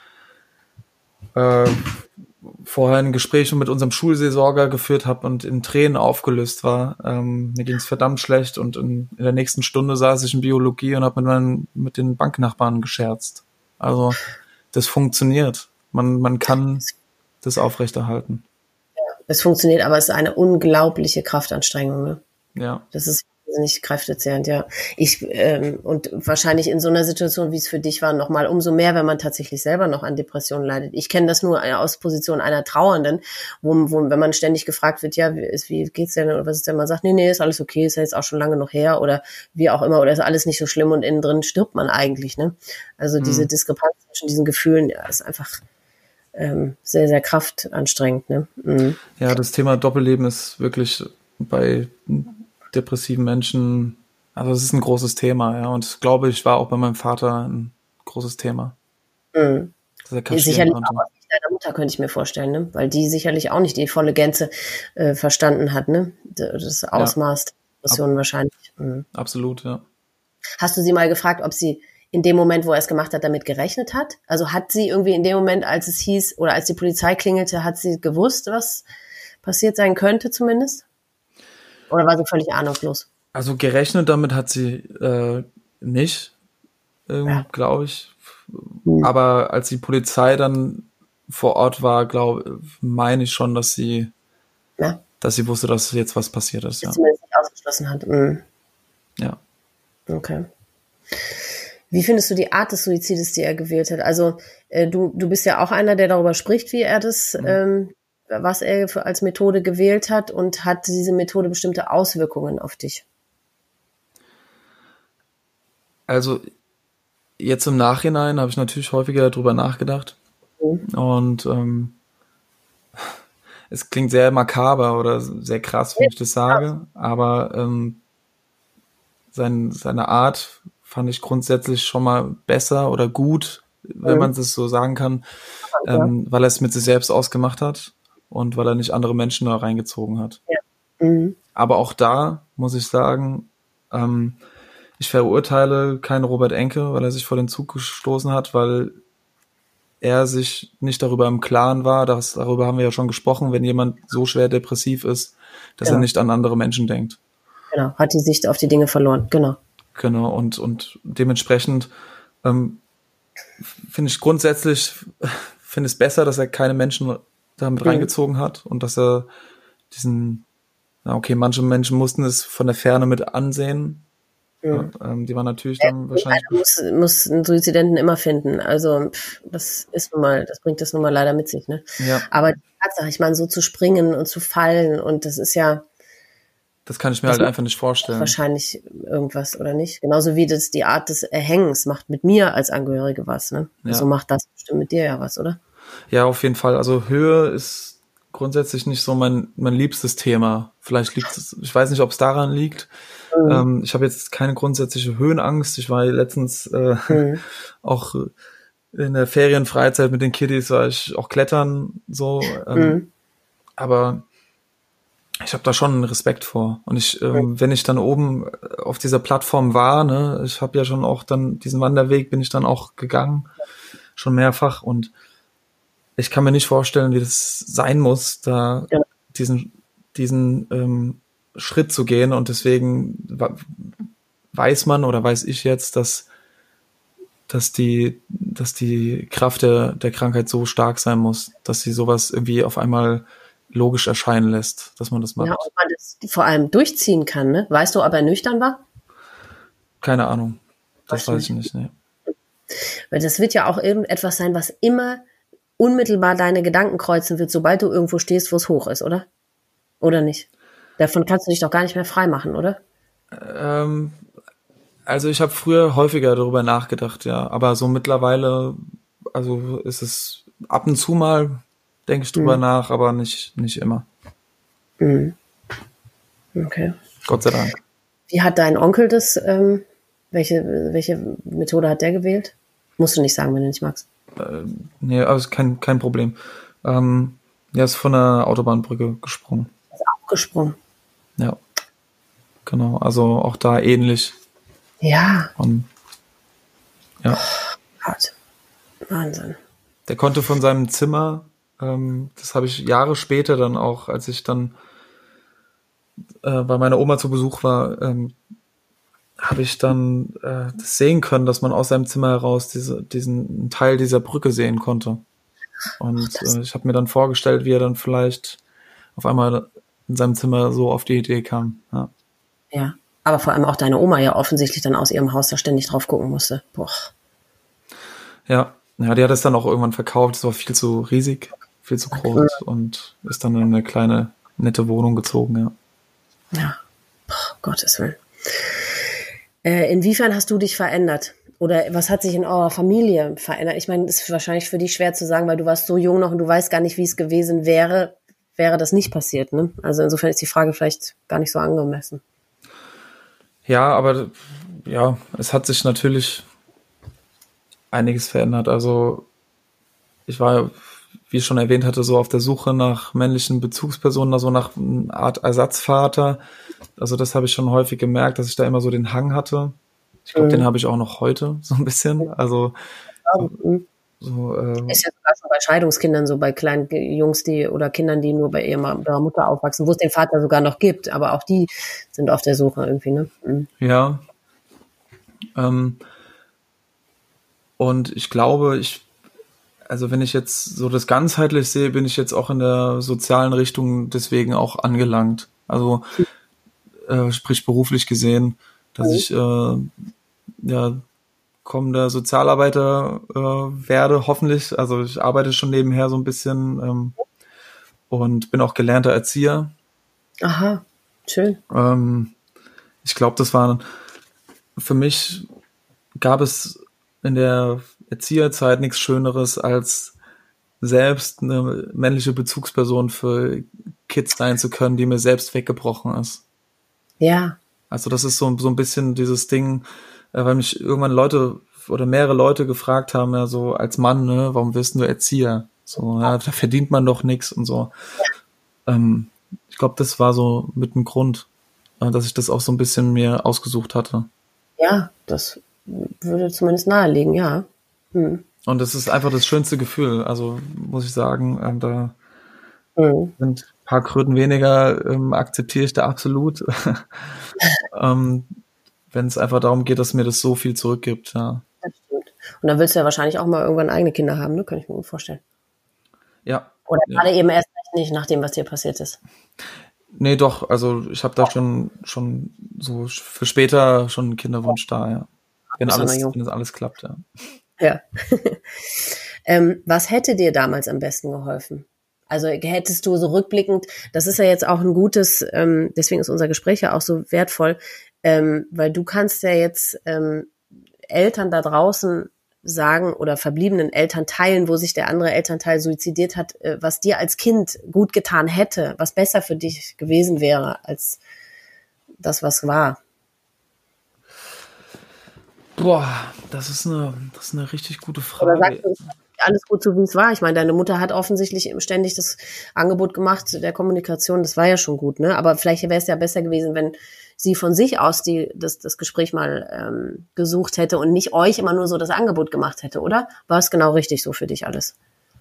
äh, vorher ein Gespräch mit unserem Schulseelsorger geführt habe und in Tränen aufgelöst war. Ähm, mir ging es verdammt schlecht und in, in der nächsten Stunde saß ich in Biologie und habe mit meinen mit den Banknachbarn gescherzt. Also das funktioniert. Man man kann das aufrechterhalten. Ja, es funktioniert, aber es ist eine unglaubliche Kraftanstrengung, ne? Ja. Das ist nicht kräftezehrend, ja. Ich ähm, und wahrscheinlich in so einer Situation, wie es für dich war, noch mal umso mehr, wenn man tatsächlich selber noch an Depressionen leidet. Ich kenne das nur aus Position einer Trauernden, wo, wo wenn man ständig gefragt wird, ja, wie, ist, wie geht's denn oder was ist denn, man sagt, nee, nee, ist alles okay, ist ja jetzt auch schon lange noch her oder wie auch immer, oder ist alles nicht so schlimm und innen drin stirbt man eigentlich, ne? Also mhm. diese Diskrepanz zwischen diesen Gefühlen, ja, ist einfach ähm, sehr, sehr kraftanstrengend. Ne? Mhm. Ja, das Thema Doppelleben ist wirklich bei depressiven Menschen, also es ist ein großes Thema, ja. Und glaube ich, war auch bei meinem Vater ein großes Thema, Mhm. dass er kaschieren Sicherlich konnte. auch aus Sicht deiner Mutter, könnte ich mir vorstellen, ne? Weil die sicherlich auch nicht die volle Gänze äh, verstanden hat, ne? Das Ausmaß der Depression wahrscheinlich. Mhm. Absolut, ja. Hast du sie mal gefragt, ob sie in dem Moment, wo er es gemacht hat, damit gerechnet hat? Also hat sie irgendwie in dem Moment, als es hieß oder als die Polizei klingelte, hat sie gewusst, was passiert sein könnte zumindest? Oder war sie völlig ahnungslos? Also gerechnet damit hat sie äh, nicht, ähm, Ja. glaube ich. Mhm. Aber als die Polizei dann vor Ort war, glaube meine ich schon, dass sie, Ja. dass sie wusste, dass jetzt was passiert ist. Ja. Zumindest nicht ausgeschlossen hat. Mhm. Ja. Okay. Wie findest du die Art des Suizides, die er gewählt hat? Also äh, du, du bist ja auch einer, der darüber spricht, wie er das, mhm. ähm, was er für, als Methode gewählt hat, und hat diese Methode bestimmte Auswirkungen auf dich? Also jetzt im Nachhinein habe ich natürlich häufiger darüber nachgedacht. Mhm. Und ähm, es klingt sehr makaber oder sehr krass, wenn ja, ich das sage, aber ähm, sein, seine Art fand ich grundsätzlich schon mal besser oder gut, wenn mhm. man es so sagen kann, ja. ähm, weil er es mit sich selbst ausgemacht hat und weil er nicht andere Menschen da reingezogen hat. Ja. Mhm. Aber auch da muss ich sagen, ähm, ich verurteile keinen Robert Enke, weil er sich vor den Zug gestoßen hat, weil er sich nicht darüber im Klaren war, dass, darüber haben wir ja schon gesprochen, wenn jemand so schwer depressiv ist, dass genau. er nicht an andere Menschen denkt. Genau, hat die Sicht auf die Dinge verloren, genau. Genau, und, und dementsprechend ähm, finde ich grundsätzlich, finde es besser, dass er keine Menschen damit mhm. reingezogen hat und dass er diesen, na okay, manche Menschen mussten es von der Ferne mit ansehen. Mhm. Ja, ähm, die waren natürlich dann ja, wahrscheinlich... Einer muss, muss einen Suizidenten immer finden, also pff, das ist nun mal, das bringt das nun mal leider mit sich, ne? Ja. Aber die Tatsache, ich meine, so zu springen und zu fallen, und das ist ja... Das kann ich mir halt einfach nicht vorstellen. Wahrscheinlich irgendwas, oder nicht? Genauso wie das die Art des Erhängens macht mit mir als Angehörige was, ne? Ja. So macht das bestimmt mit dir ja was, oder? Ja, auf jeden Fall. Also Höhe ist grundsätzlich nicht so mein mein liebstes Thema. Vielleicht liegt es, ich weiß nicht, ob es daran liegt. Mhm. Ähm, ich habe jetzt keine grundsätzliche Höhenangst. Ich war letztens äh, mhm. auch in der Ferienfreizeit mit den Kiddies, war ich auch klettern, so. Ähm, mhm. Aber ich habe da schon einen Respekt vor. Und ich, ähm, wenn ich dann oben auf dieser Plattform war, ne, ich habe ja schon auch dann diesen Wanderweg bin ich dann auch gegangen, schon mehrfach. Und ich kann mir nicht vorstellen, wie das sein muss, da ja. diesen diesen ähm, Schritt zu gehen. Und deswegen weiß man oder weiß ich jetzt, dass dass die dass die Kraft der der Krankheit so stark sein muss, dass sie sowas irgendwie auf einmal logisch erscheinen lässt, dass man das macht. Ja, ob man das vor allem durchziehen kann, ne? Weißt du, ob er nüchtern war? Keine Ahnung. Das weiß ich nicht, ne. Weil das wird ja auch irgendetwas sein, was immer unmittelbar deine Gedanken kreuzen wird, sobald du irgendwo stehst, wo es hoch ist, oder? Oder nicht? Davon kannst du dich doch gar nicht mehr frei machen, oder? Ähm, also ich habe früher häufiger darüber nachgedacht, ja. Aber so mittlerweile, also ist es ab und zu mal, denke ich drüber mhm. nach, aber nicht, nicht immer. Mhm. Okay. Gott sei Dank. Wie hat dein Onkel das, ähm, welche, welche Methode hat der gewählt? Musst du nicht sagen, wenn du nicht magst. Äh, nee, also kein, kein Problem. Ähm, er ist von der Autobahnbrücke gesprungen. Ist auch gesprungen? Ja. Genau, also auch da ähnlich. Ja. Und, ja. Oh, Gott. Wahnsinn. Der konnte von seinem Zimmer, ähm, das habe ich Jahre später dann auch, als ich dann äh, bei meiner Oma zu Besuch war, ähm, habe ich dann äh, das sehen können, dass man aus seinem Zimmer heraus diese, diesen Teil dieser Brücke sehen konnte. Und äh, ich habe mir dann vorgestellt, wie er dann vielleicht auf einmal in seinem Zimmer so auf die Idee kam. Ja. Ja, aber vor allem auch deine Oma ja offensichtlich dann aus ihrem Haus da ständig drauf gucken musste. Boah. Ja, ja, die hat es dann auch irgendwann verkauft. Es war viel zu riesig, viel zu groß okay. und ist dann in eine kleine, nette Wohnung gezogen, ja. Ja, Boah, Gottes Willen. Äh, inwiefern hast du dich verändert? Oder was hat sich in eurer Familie verändert? Ich meine, das ist wahrscheinlich für dich schwer zu sagen, weil du warst so jung noch und du weißt gar nicht, wie es gewesen wäre, wäre das nicht passiert, ne? Also insofern ist die Frage vielleicht gar nicht so angemessen. Ja, aber ja, es hat sich natürlich einiges verändert. Also ich war, wie ich schon erwähnt hatte, so auf der Suche nach männlichen Bezugspersonen, also nach einer Art Ersatzvater. Also das habe ich schon häufig gemerkt, dass ich da immer so den Hang hatte. Ich glaube, mhm. den habe ich auch noch heute so ein bisschen. Also so, so, äh, ist ja sogar schon bei Scheidungskindern so, bei kleinen Jungs, die oder Kindern, die nur bei ihrer Mutter aufwachsen, wo es den Vater sogar noch gibt, aber auch die sind auf der Suche irgendwie, ne? Mhm. Ja. Ähm, und ich glaube, ich Also wenn ich jetzt so das ganzheitlich sehe, bin ich jetzt auch in der sozialen Richtung deswegen auch angelangt. Also äh, sprich beruflich gesehen, dass mhm. ich äh, ja kommender Sozialarbeiter äh, werde, hoffentlich. Also ich arbeite schon nebenher so ein bisschen ähm, und bin auch gelernter Erzieher. Aha, schön. Ähm, ich glaube, das war für mich, gab es in der Erzieherzeit nichts Schöneres, als selbst eine männliche Bezugsperson für Kids sein zu können, die mir selbst weggebrochen ist. Ja. Also das ist so, so ein bisschen dieses Ding, äh, weil mich irgendwann Leute oder mehrere Leute gefragt haben, ja so als Mann, ne, warum wirst du Erzieher? So, ja, da verdient man doch nichts und so. Ja. Ähm, ich glaube, das war so mit dem Grund, äh, dass ich das auch so ein bisschen mir ausgesucht hatte. Ja, das würde zumindest nahelegen, ja. Hm. Und das ist einfach das schönste Gefühl, also muss ich sagen, ähm, da hm. sind ein paar Kröten weniger, ähm, akzeptiere ich da absolut. ähm, wenn es einfach darum geht, dass mir das so viel zurückgibt, ja. Das stimmt. Und dann willst du ja wahrscheinlich auch mal irgendwann eigene Kinder haben, ne? Kann ich mir gut vorstellen. Ja. Oder ja. gerade eben erst nicht, nach dem, was dir passiert ist. Nee, doch, also ich habe da schon schon so für später schon einen Kinderwunsch da, ja. Wenn alles, wenn das alles klappt, ja. Ja. ähm, was hätte dir damals am besten geholfen? Also hättest du so rückblickend, das ist ja jetzt auch ein gutes, ähm, deswegen ist unser Gespräch ja auch so wertvoll, ähm, weil du kannst ja jetzt ähm, Eltern da draußen sagen oder verbliebenen Eltern teilen, wo sich der andere Elternteil suizidiert hat, äh, was dir als Kind gut getan hätte, was besser für dich gewesen wäre als das, was war. Boah, das ist eine, das ist eine richtig gute Frage. Oder sagst du, alles gut so, wie es war? Ich meine, deine Mutter hat offensichtlich ständig das Angebot gemacht der Kommunikation, das war ja schon gut, ne? Aber vielleicht wäre es ja besser gewesen, wenn sie von sich aus die, das, das Gespräch mal ähm, gesucht hätte und nicht euch immer nur so das Angebot gemacht hätte, oder? War es genau richtig so für dich alles?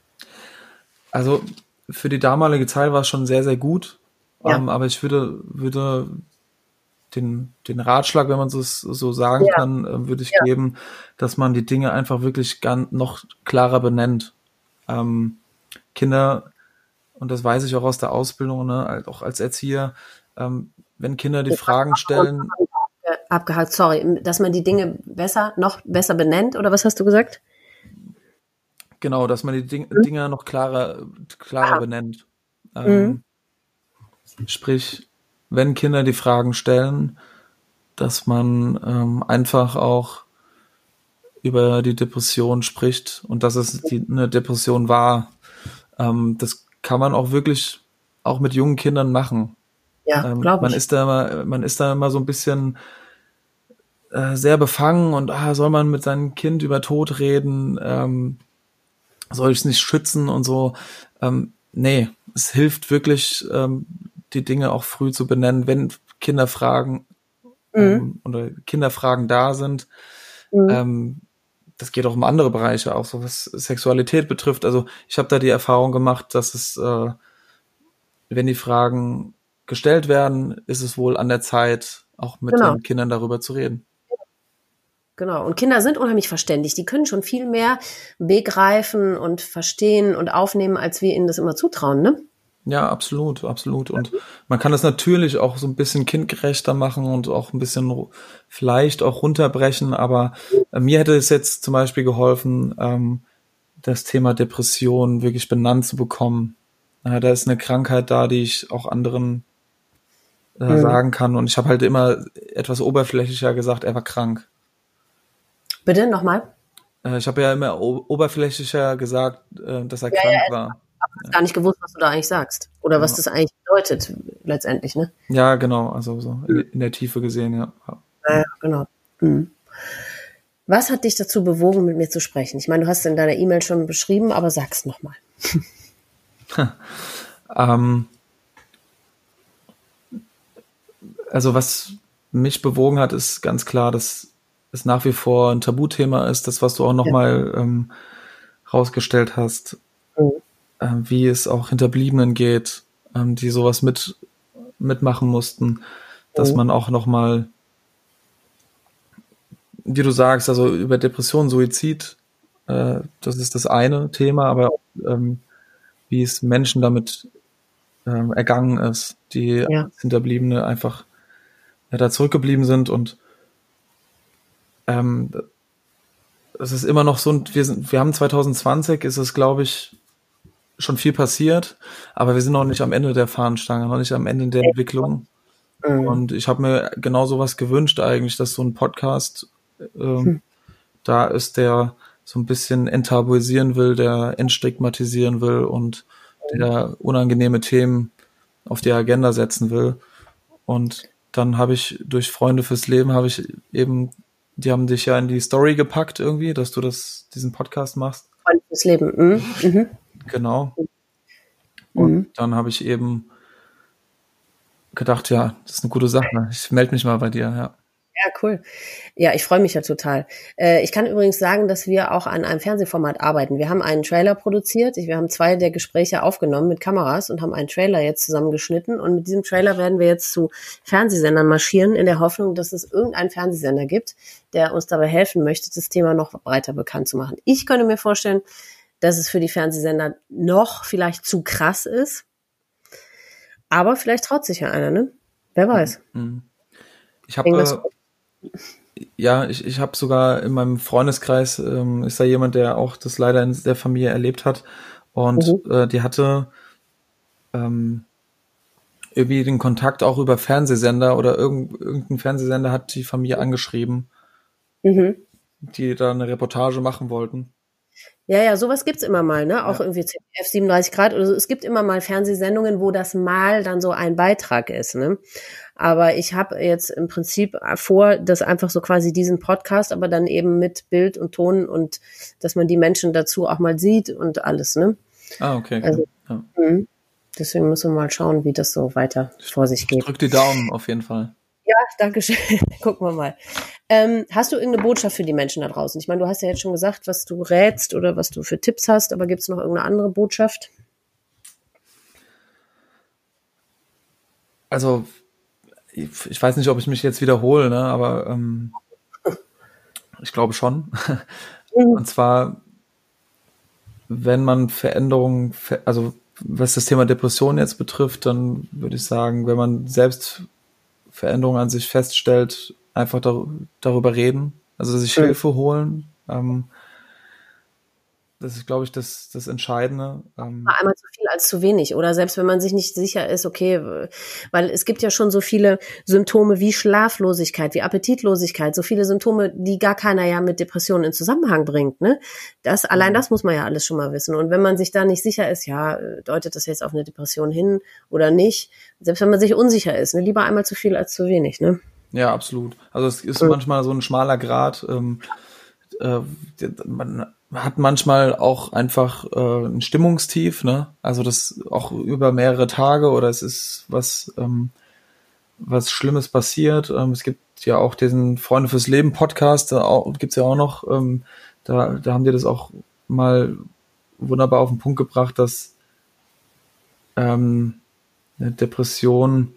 Also für die damalige Zeit war es schon sehr, sehr gut. Ja. Ähm, aber ich würde, würde den, den Ratschlag, wenn man so, so sagen ja. kann, äh, würde ich ja. geben, dass man die Dinge einfach wirklich ganz noch klarer benennt. Ähm, Kinder, und das weiß ich auch aus der Ausbildung, ne, auch als Erzieher, ähm, wenn Kinder die Fragen stellen. Abgehakt, sorry, dass man die Dinge besser, noch besser benennt, oder was hast du gesagt? Genau, dass man die Ding, mhm. Dinge noch klarer, klarer benennt. Ähm, mhm. Sprich, wenn Kinder die Fragen stellen, dass man ähm, einfach auch über die Depression spricht und dass es die, eine Depression war. Ähm, das kann man auch wirklich auch mit jungen Kindern machen. Ja, ähm, glaube ich. Man ist da immer, man ist da immer so ein bisschen äh, sehr befangen und ah, soll man mit seinem Kind über Tod reden? Ähm, soll ich es nicht schützen und so? Ähm, nee, es hilft wirklich, ähm, die Dinge auch früh zu benennen, wenn Kinder fragen mhm. ähm, oder Kinderfragen da sind. Mhm. Ähm, das geht auch um andere Bereiche, auch so was Sexualität betrifft. Also ich habe da die Erfahrung gemacht, dass es, äh, wenn die Fragen gestellt werden, ist es wohl an der Zeit, auch mit genau. den Kindern darüber zu reden. Genau. Und Kinder sind unheimlich verständig. Die können schon viel mehr begreifen und verstehen und aufnehmen, als wir ihnen das immer zutrauen, ne? Ja, absolut, absolut. Und man kann das natürlich auch so ein bisschen kindgerechter machen und auch ein bisschen vielleicht auch runterbrechen. Aber äh, mir hätte es jetzt zum Beispiel geholfen, ähm, das Thema Depression wirklich benannt zu bekommen. Äh, da ist eine Krankheit da, die ich auch anderen äh, mhm. sagen kann. Und ich habe halt immer etwas oberflächlicher gesagt, er war krank. Bitte, nochmal? Äh, ich habe ja immer o- oberflächlicher gesagt, äh, dass er Ja, krank ja, war. ich habe gar nicht gewusst, was du da eigentlich sagst. Oder was Ja, das eigentlich bedeutet, letztendlich, ne? ja genau, also so in, Mhm. in der Tiefe gesehen, ja. Ja, ja, genau. Mhm. Was hat dich dazu bewogen, mit mir zu sprechen? Ich meine, du hast in deiner E-Mail schon beschrieben, aber sag's nochmal. Ähm, also was mich bewogen hat, ist ganz klar, dass es nach wie vor ein Tabuthema ist, das, was du auch Ja. nochmal ähm, rausgestellt hast, Mhm. äh, wie es auch Hinterbliebenen geht, ähm, die sowas mit mitmachen mussten, dass Mhm. man auch nochmal, wie du sagst, also über Depression, Suizid, äh, das ist das eine Thema, aber ähm, wie es Menschen damit ähm, ergangen ist, die Ja. als Hinterbliebene einfach ja, da zurückgeblieben sind und ähm, es ist immer noch so, und wir sind, wir haben zwanzig zwanzig, ist es, glaube ich, schon viel passiert, aber wir sind noch nicht am Ende der Fahnenstange, noch nicht am Ende der Entwicklung. Mhm. Und ich habe mir genau sowas gewünscht eigentlich, dass so ein Podcast ähm, Hm. da ist, der so ein bisschen enttabuisieren will, der entstigmatisieren will und der unangenehme Themen auf die Agenda setzen will. Und dann habe ich durch Freunde fürs Leben, habe ich eben, die haben dich ja in die Story gepackt irgendwie, dass du das, diesen Podcast machst. Freunde fürs Leben. Mhm. Mhm. Genau. Und Mhm. dann habe ich eben gedacht, ja, das ist eine gute Sache. Ich melde mich mal bei dir, ja. Ja, cool. Ja, ich freue mich ja total. Äh, ich kann übrigens sagen, dass wir auch an einem Fernsehformat arbeiten. Wir haben einen Trailer produziert. Ich, wir haben zwei der Gespräche aufgenommen mit Kameras und haben einen Trailer jetzt zusammengeschnitten. Und mit diesem Trailer werden wir jetzt zu Fernsehsendern marschieren, in der Hoffnung, dass es irgendeinen Fernsehsender gibt, der uns dabei helfen möchte, das Thema noch breiter bekannt zu machen. Ich könnte mir vorstellen, dass es für die Fernsehsender noch vielleicht zu krass ist. Aber vielleicht traut sich ja einer, ne? Wer weiß. Mhm. Ich Irgendwas. habe ja, ich, ich habe sogar in meinem Freundeskreis ähm, ist da jemand, der auch das leider in der Familie erlebt hat und Mhm. äh, die hatte ähm, irgendwie den Kontakt auch über Fernsehsender oder irgend, irgendein Fernsehsender hat die Familie angeschrieben, Mhm. die da eine Reportage machen wollten. Ja, ja, sowas gibt's immer mal, ne? Auch Ja. irgendwie Z D F siebenunddreißig Grad oder so. Es gibt immer mal Fernsehsendungen, wo das mal dann so ein Beitrag ist, ne? Aber ich habe jetzt im Prinzip vor, dass einfach so quasi diesen Podcast, aber dann eben mit Bild und Ton und dass man die Menschen dazu auch mal sieht und alles, ne? Ah, okay. Also, Ja. mh. Deswegen müssen wir mal schauen, wie das so weiter vor sich Ich geht. drück die Daumen auf jeden Fall. Ja, danke schön. Gucken wir mal. Ähm, hast du irgendeine Botschaft für die Menschen da draußen? Ich meine, du hast ja jetzt schon gesagt, was du rätst oder was du für Tipps hast, aber gibt es noch irgendeine andere Botschaft? Also ich, ich weiß nicht, ob ich mich jetzt wiederhole, ne, aber ähm, ich glaube schon. Und zwar, wenn man Veränderungen, ver- also was das Thema Depression jetzt betrifft, dann würde ich sagen, wenn man selbst Veränderungen an sich feststellt, einfach dar darüber reden, also sich Mhm. Hilfe holen. Ähm, das ist, glaube ich, das, das Entscheidende. Ähm, Einmal zu viel als zu wenig. Oder selbst wenn man sich nicht sicher ist, okay, weil es gibt ja schon so viele Symptome wie Schlaflosigkeit, wie Appetitlosigkeit, so viele Symptome, die gar keiner ja mit Depressionen in Zusammenhang bringt. Ne? Das, allein das muss man ja alles schon mal wissen. Und wenn man sich da nicht sicher ist, ja, deutet das jetzt auf eine Depression hin oder nicht, selbst wenn man sich unsicher ist, ne, lieber einmal zu viel als zu wenig. Ne? ja, absolut. Also es ist Mhm. manchmal so ein schmaler Grat. Ähm, äh, man hat manchmal auch einfach äh, ein Stimmungstief, ne? Also das auch über mehrere Tage oder es ist was ähm, was Schlimmes passiert. Ähm, es gibt ja auch diesen Freunde fürs Leben Podcast, da auch, gibt's ja auch noch. Ähm, da, da haben die das auch mal wunderbar auf den Punkt gebracht, dass ähm, eine Depression,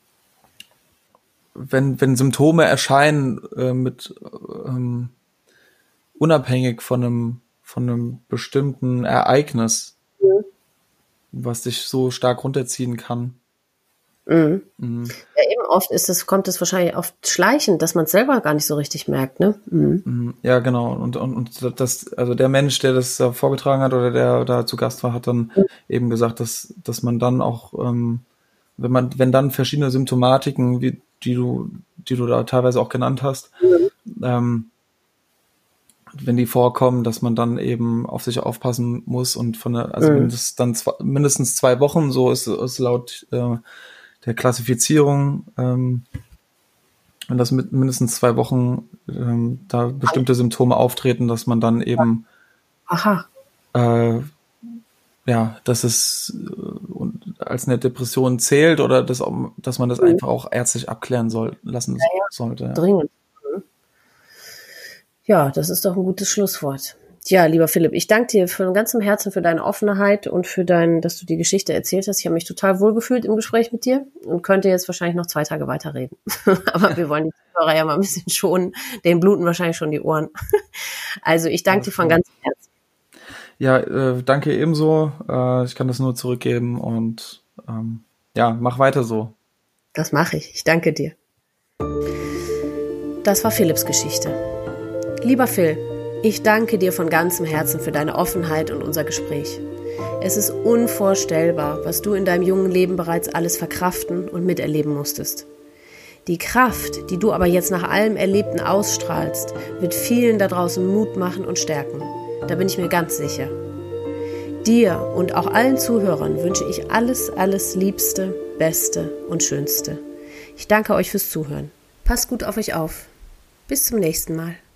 wenn wenn Symptome erscheinen äh, mit ähm, unabhängig von einem von einem bestimmten Ereignis, Mhm. was dich so stark runterziehen kann. Mhm. Mhm. Ja, eben oft ist es, kommt es wahrscheinlich oft schleichend, dass man es selber gar nicht so richtig merkt, ne? Mhm. Mhm. Ja, genau. Und, und, und das, also der Mensch, der das da vorgetragen hat oder der da zu Gast war, hat dann eben gesagt, dass, dass man dann auch, ähm, wenn man, wenn dann verschiedene Symptomatiken, wie die du, die du da teilweise auch genannt hast, Mhm. ähm, wenn die vorkommen, dass man dann eben auf sich aufpassen muss und von der, also Mhm. mindestens dann zwei, mindestens zwei Wochen, so ist es laut äh, der Klassifizierung, ähm, wenn das mit mindestens zwei Wochen ähm, da bestimmte Symptome auftreten, dass man dann eben Aha. äh, ja, dass es äh, als eine Depression zählt oder dass, auch- dass man das Mhm. einfach auch ärztlich abklären soll, lassen Ja, ja. sollte. Ja. Dringend. Mhm. Ja, das ist doch ein gutes Schlusswort. Ja, lieber Philipp, ich danke dir von ganzem Herzen für deine Offenheit und für dein, dass du die Geschichte erzählt hast. Ich habe mich total wohlgefühlt im Gespräch mit dir und könnte jetzt wahrscheinlich noch zwei Tage weiterreden. Aber wir wollen die Zuhörer ja mal ein bisschen schonen. Denen bluten wahrscheinlich schon die Ohren. Also ich danke Alles dir von klar. ganzem Herzen. Ja, äh, danke ebenso. Äh, ich kann das nur zurückgeben und ähm, ja, mach weiter so. Das mache ich. Ich danke dir. Das war Philipps Geschichte. Lieber Phil, ich danke dir von ganzem Herzen für deine Offenheit und unser Gespräch. Es ist unvorstellbar, was du in deinem jungen Leben bereits alles verkraften und miterleben musstest. Die Kraft, die du aber jetzt nach allem Erlebten ausstrahlst, wird vielen da draußen Mut machen und stärken. Da bin ich mir ganz sicher. Dir und auch allen Zuhörern wünsche ich alles, alles Liebste, Beste und Schönste. Ich danke euch fürs Zuhören. Passt gut auf euch auf. Bis zum nächsten Mal.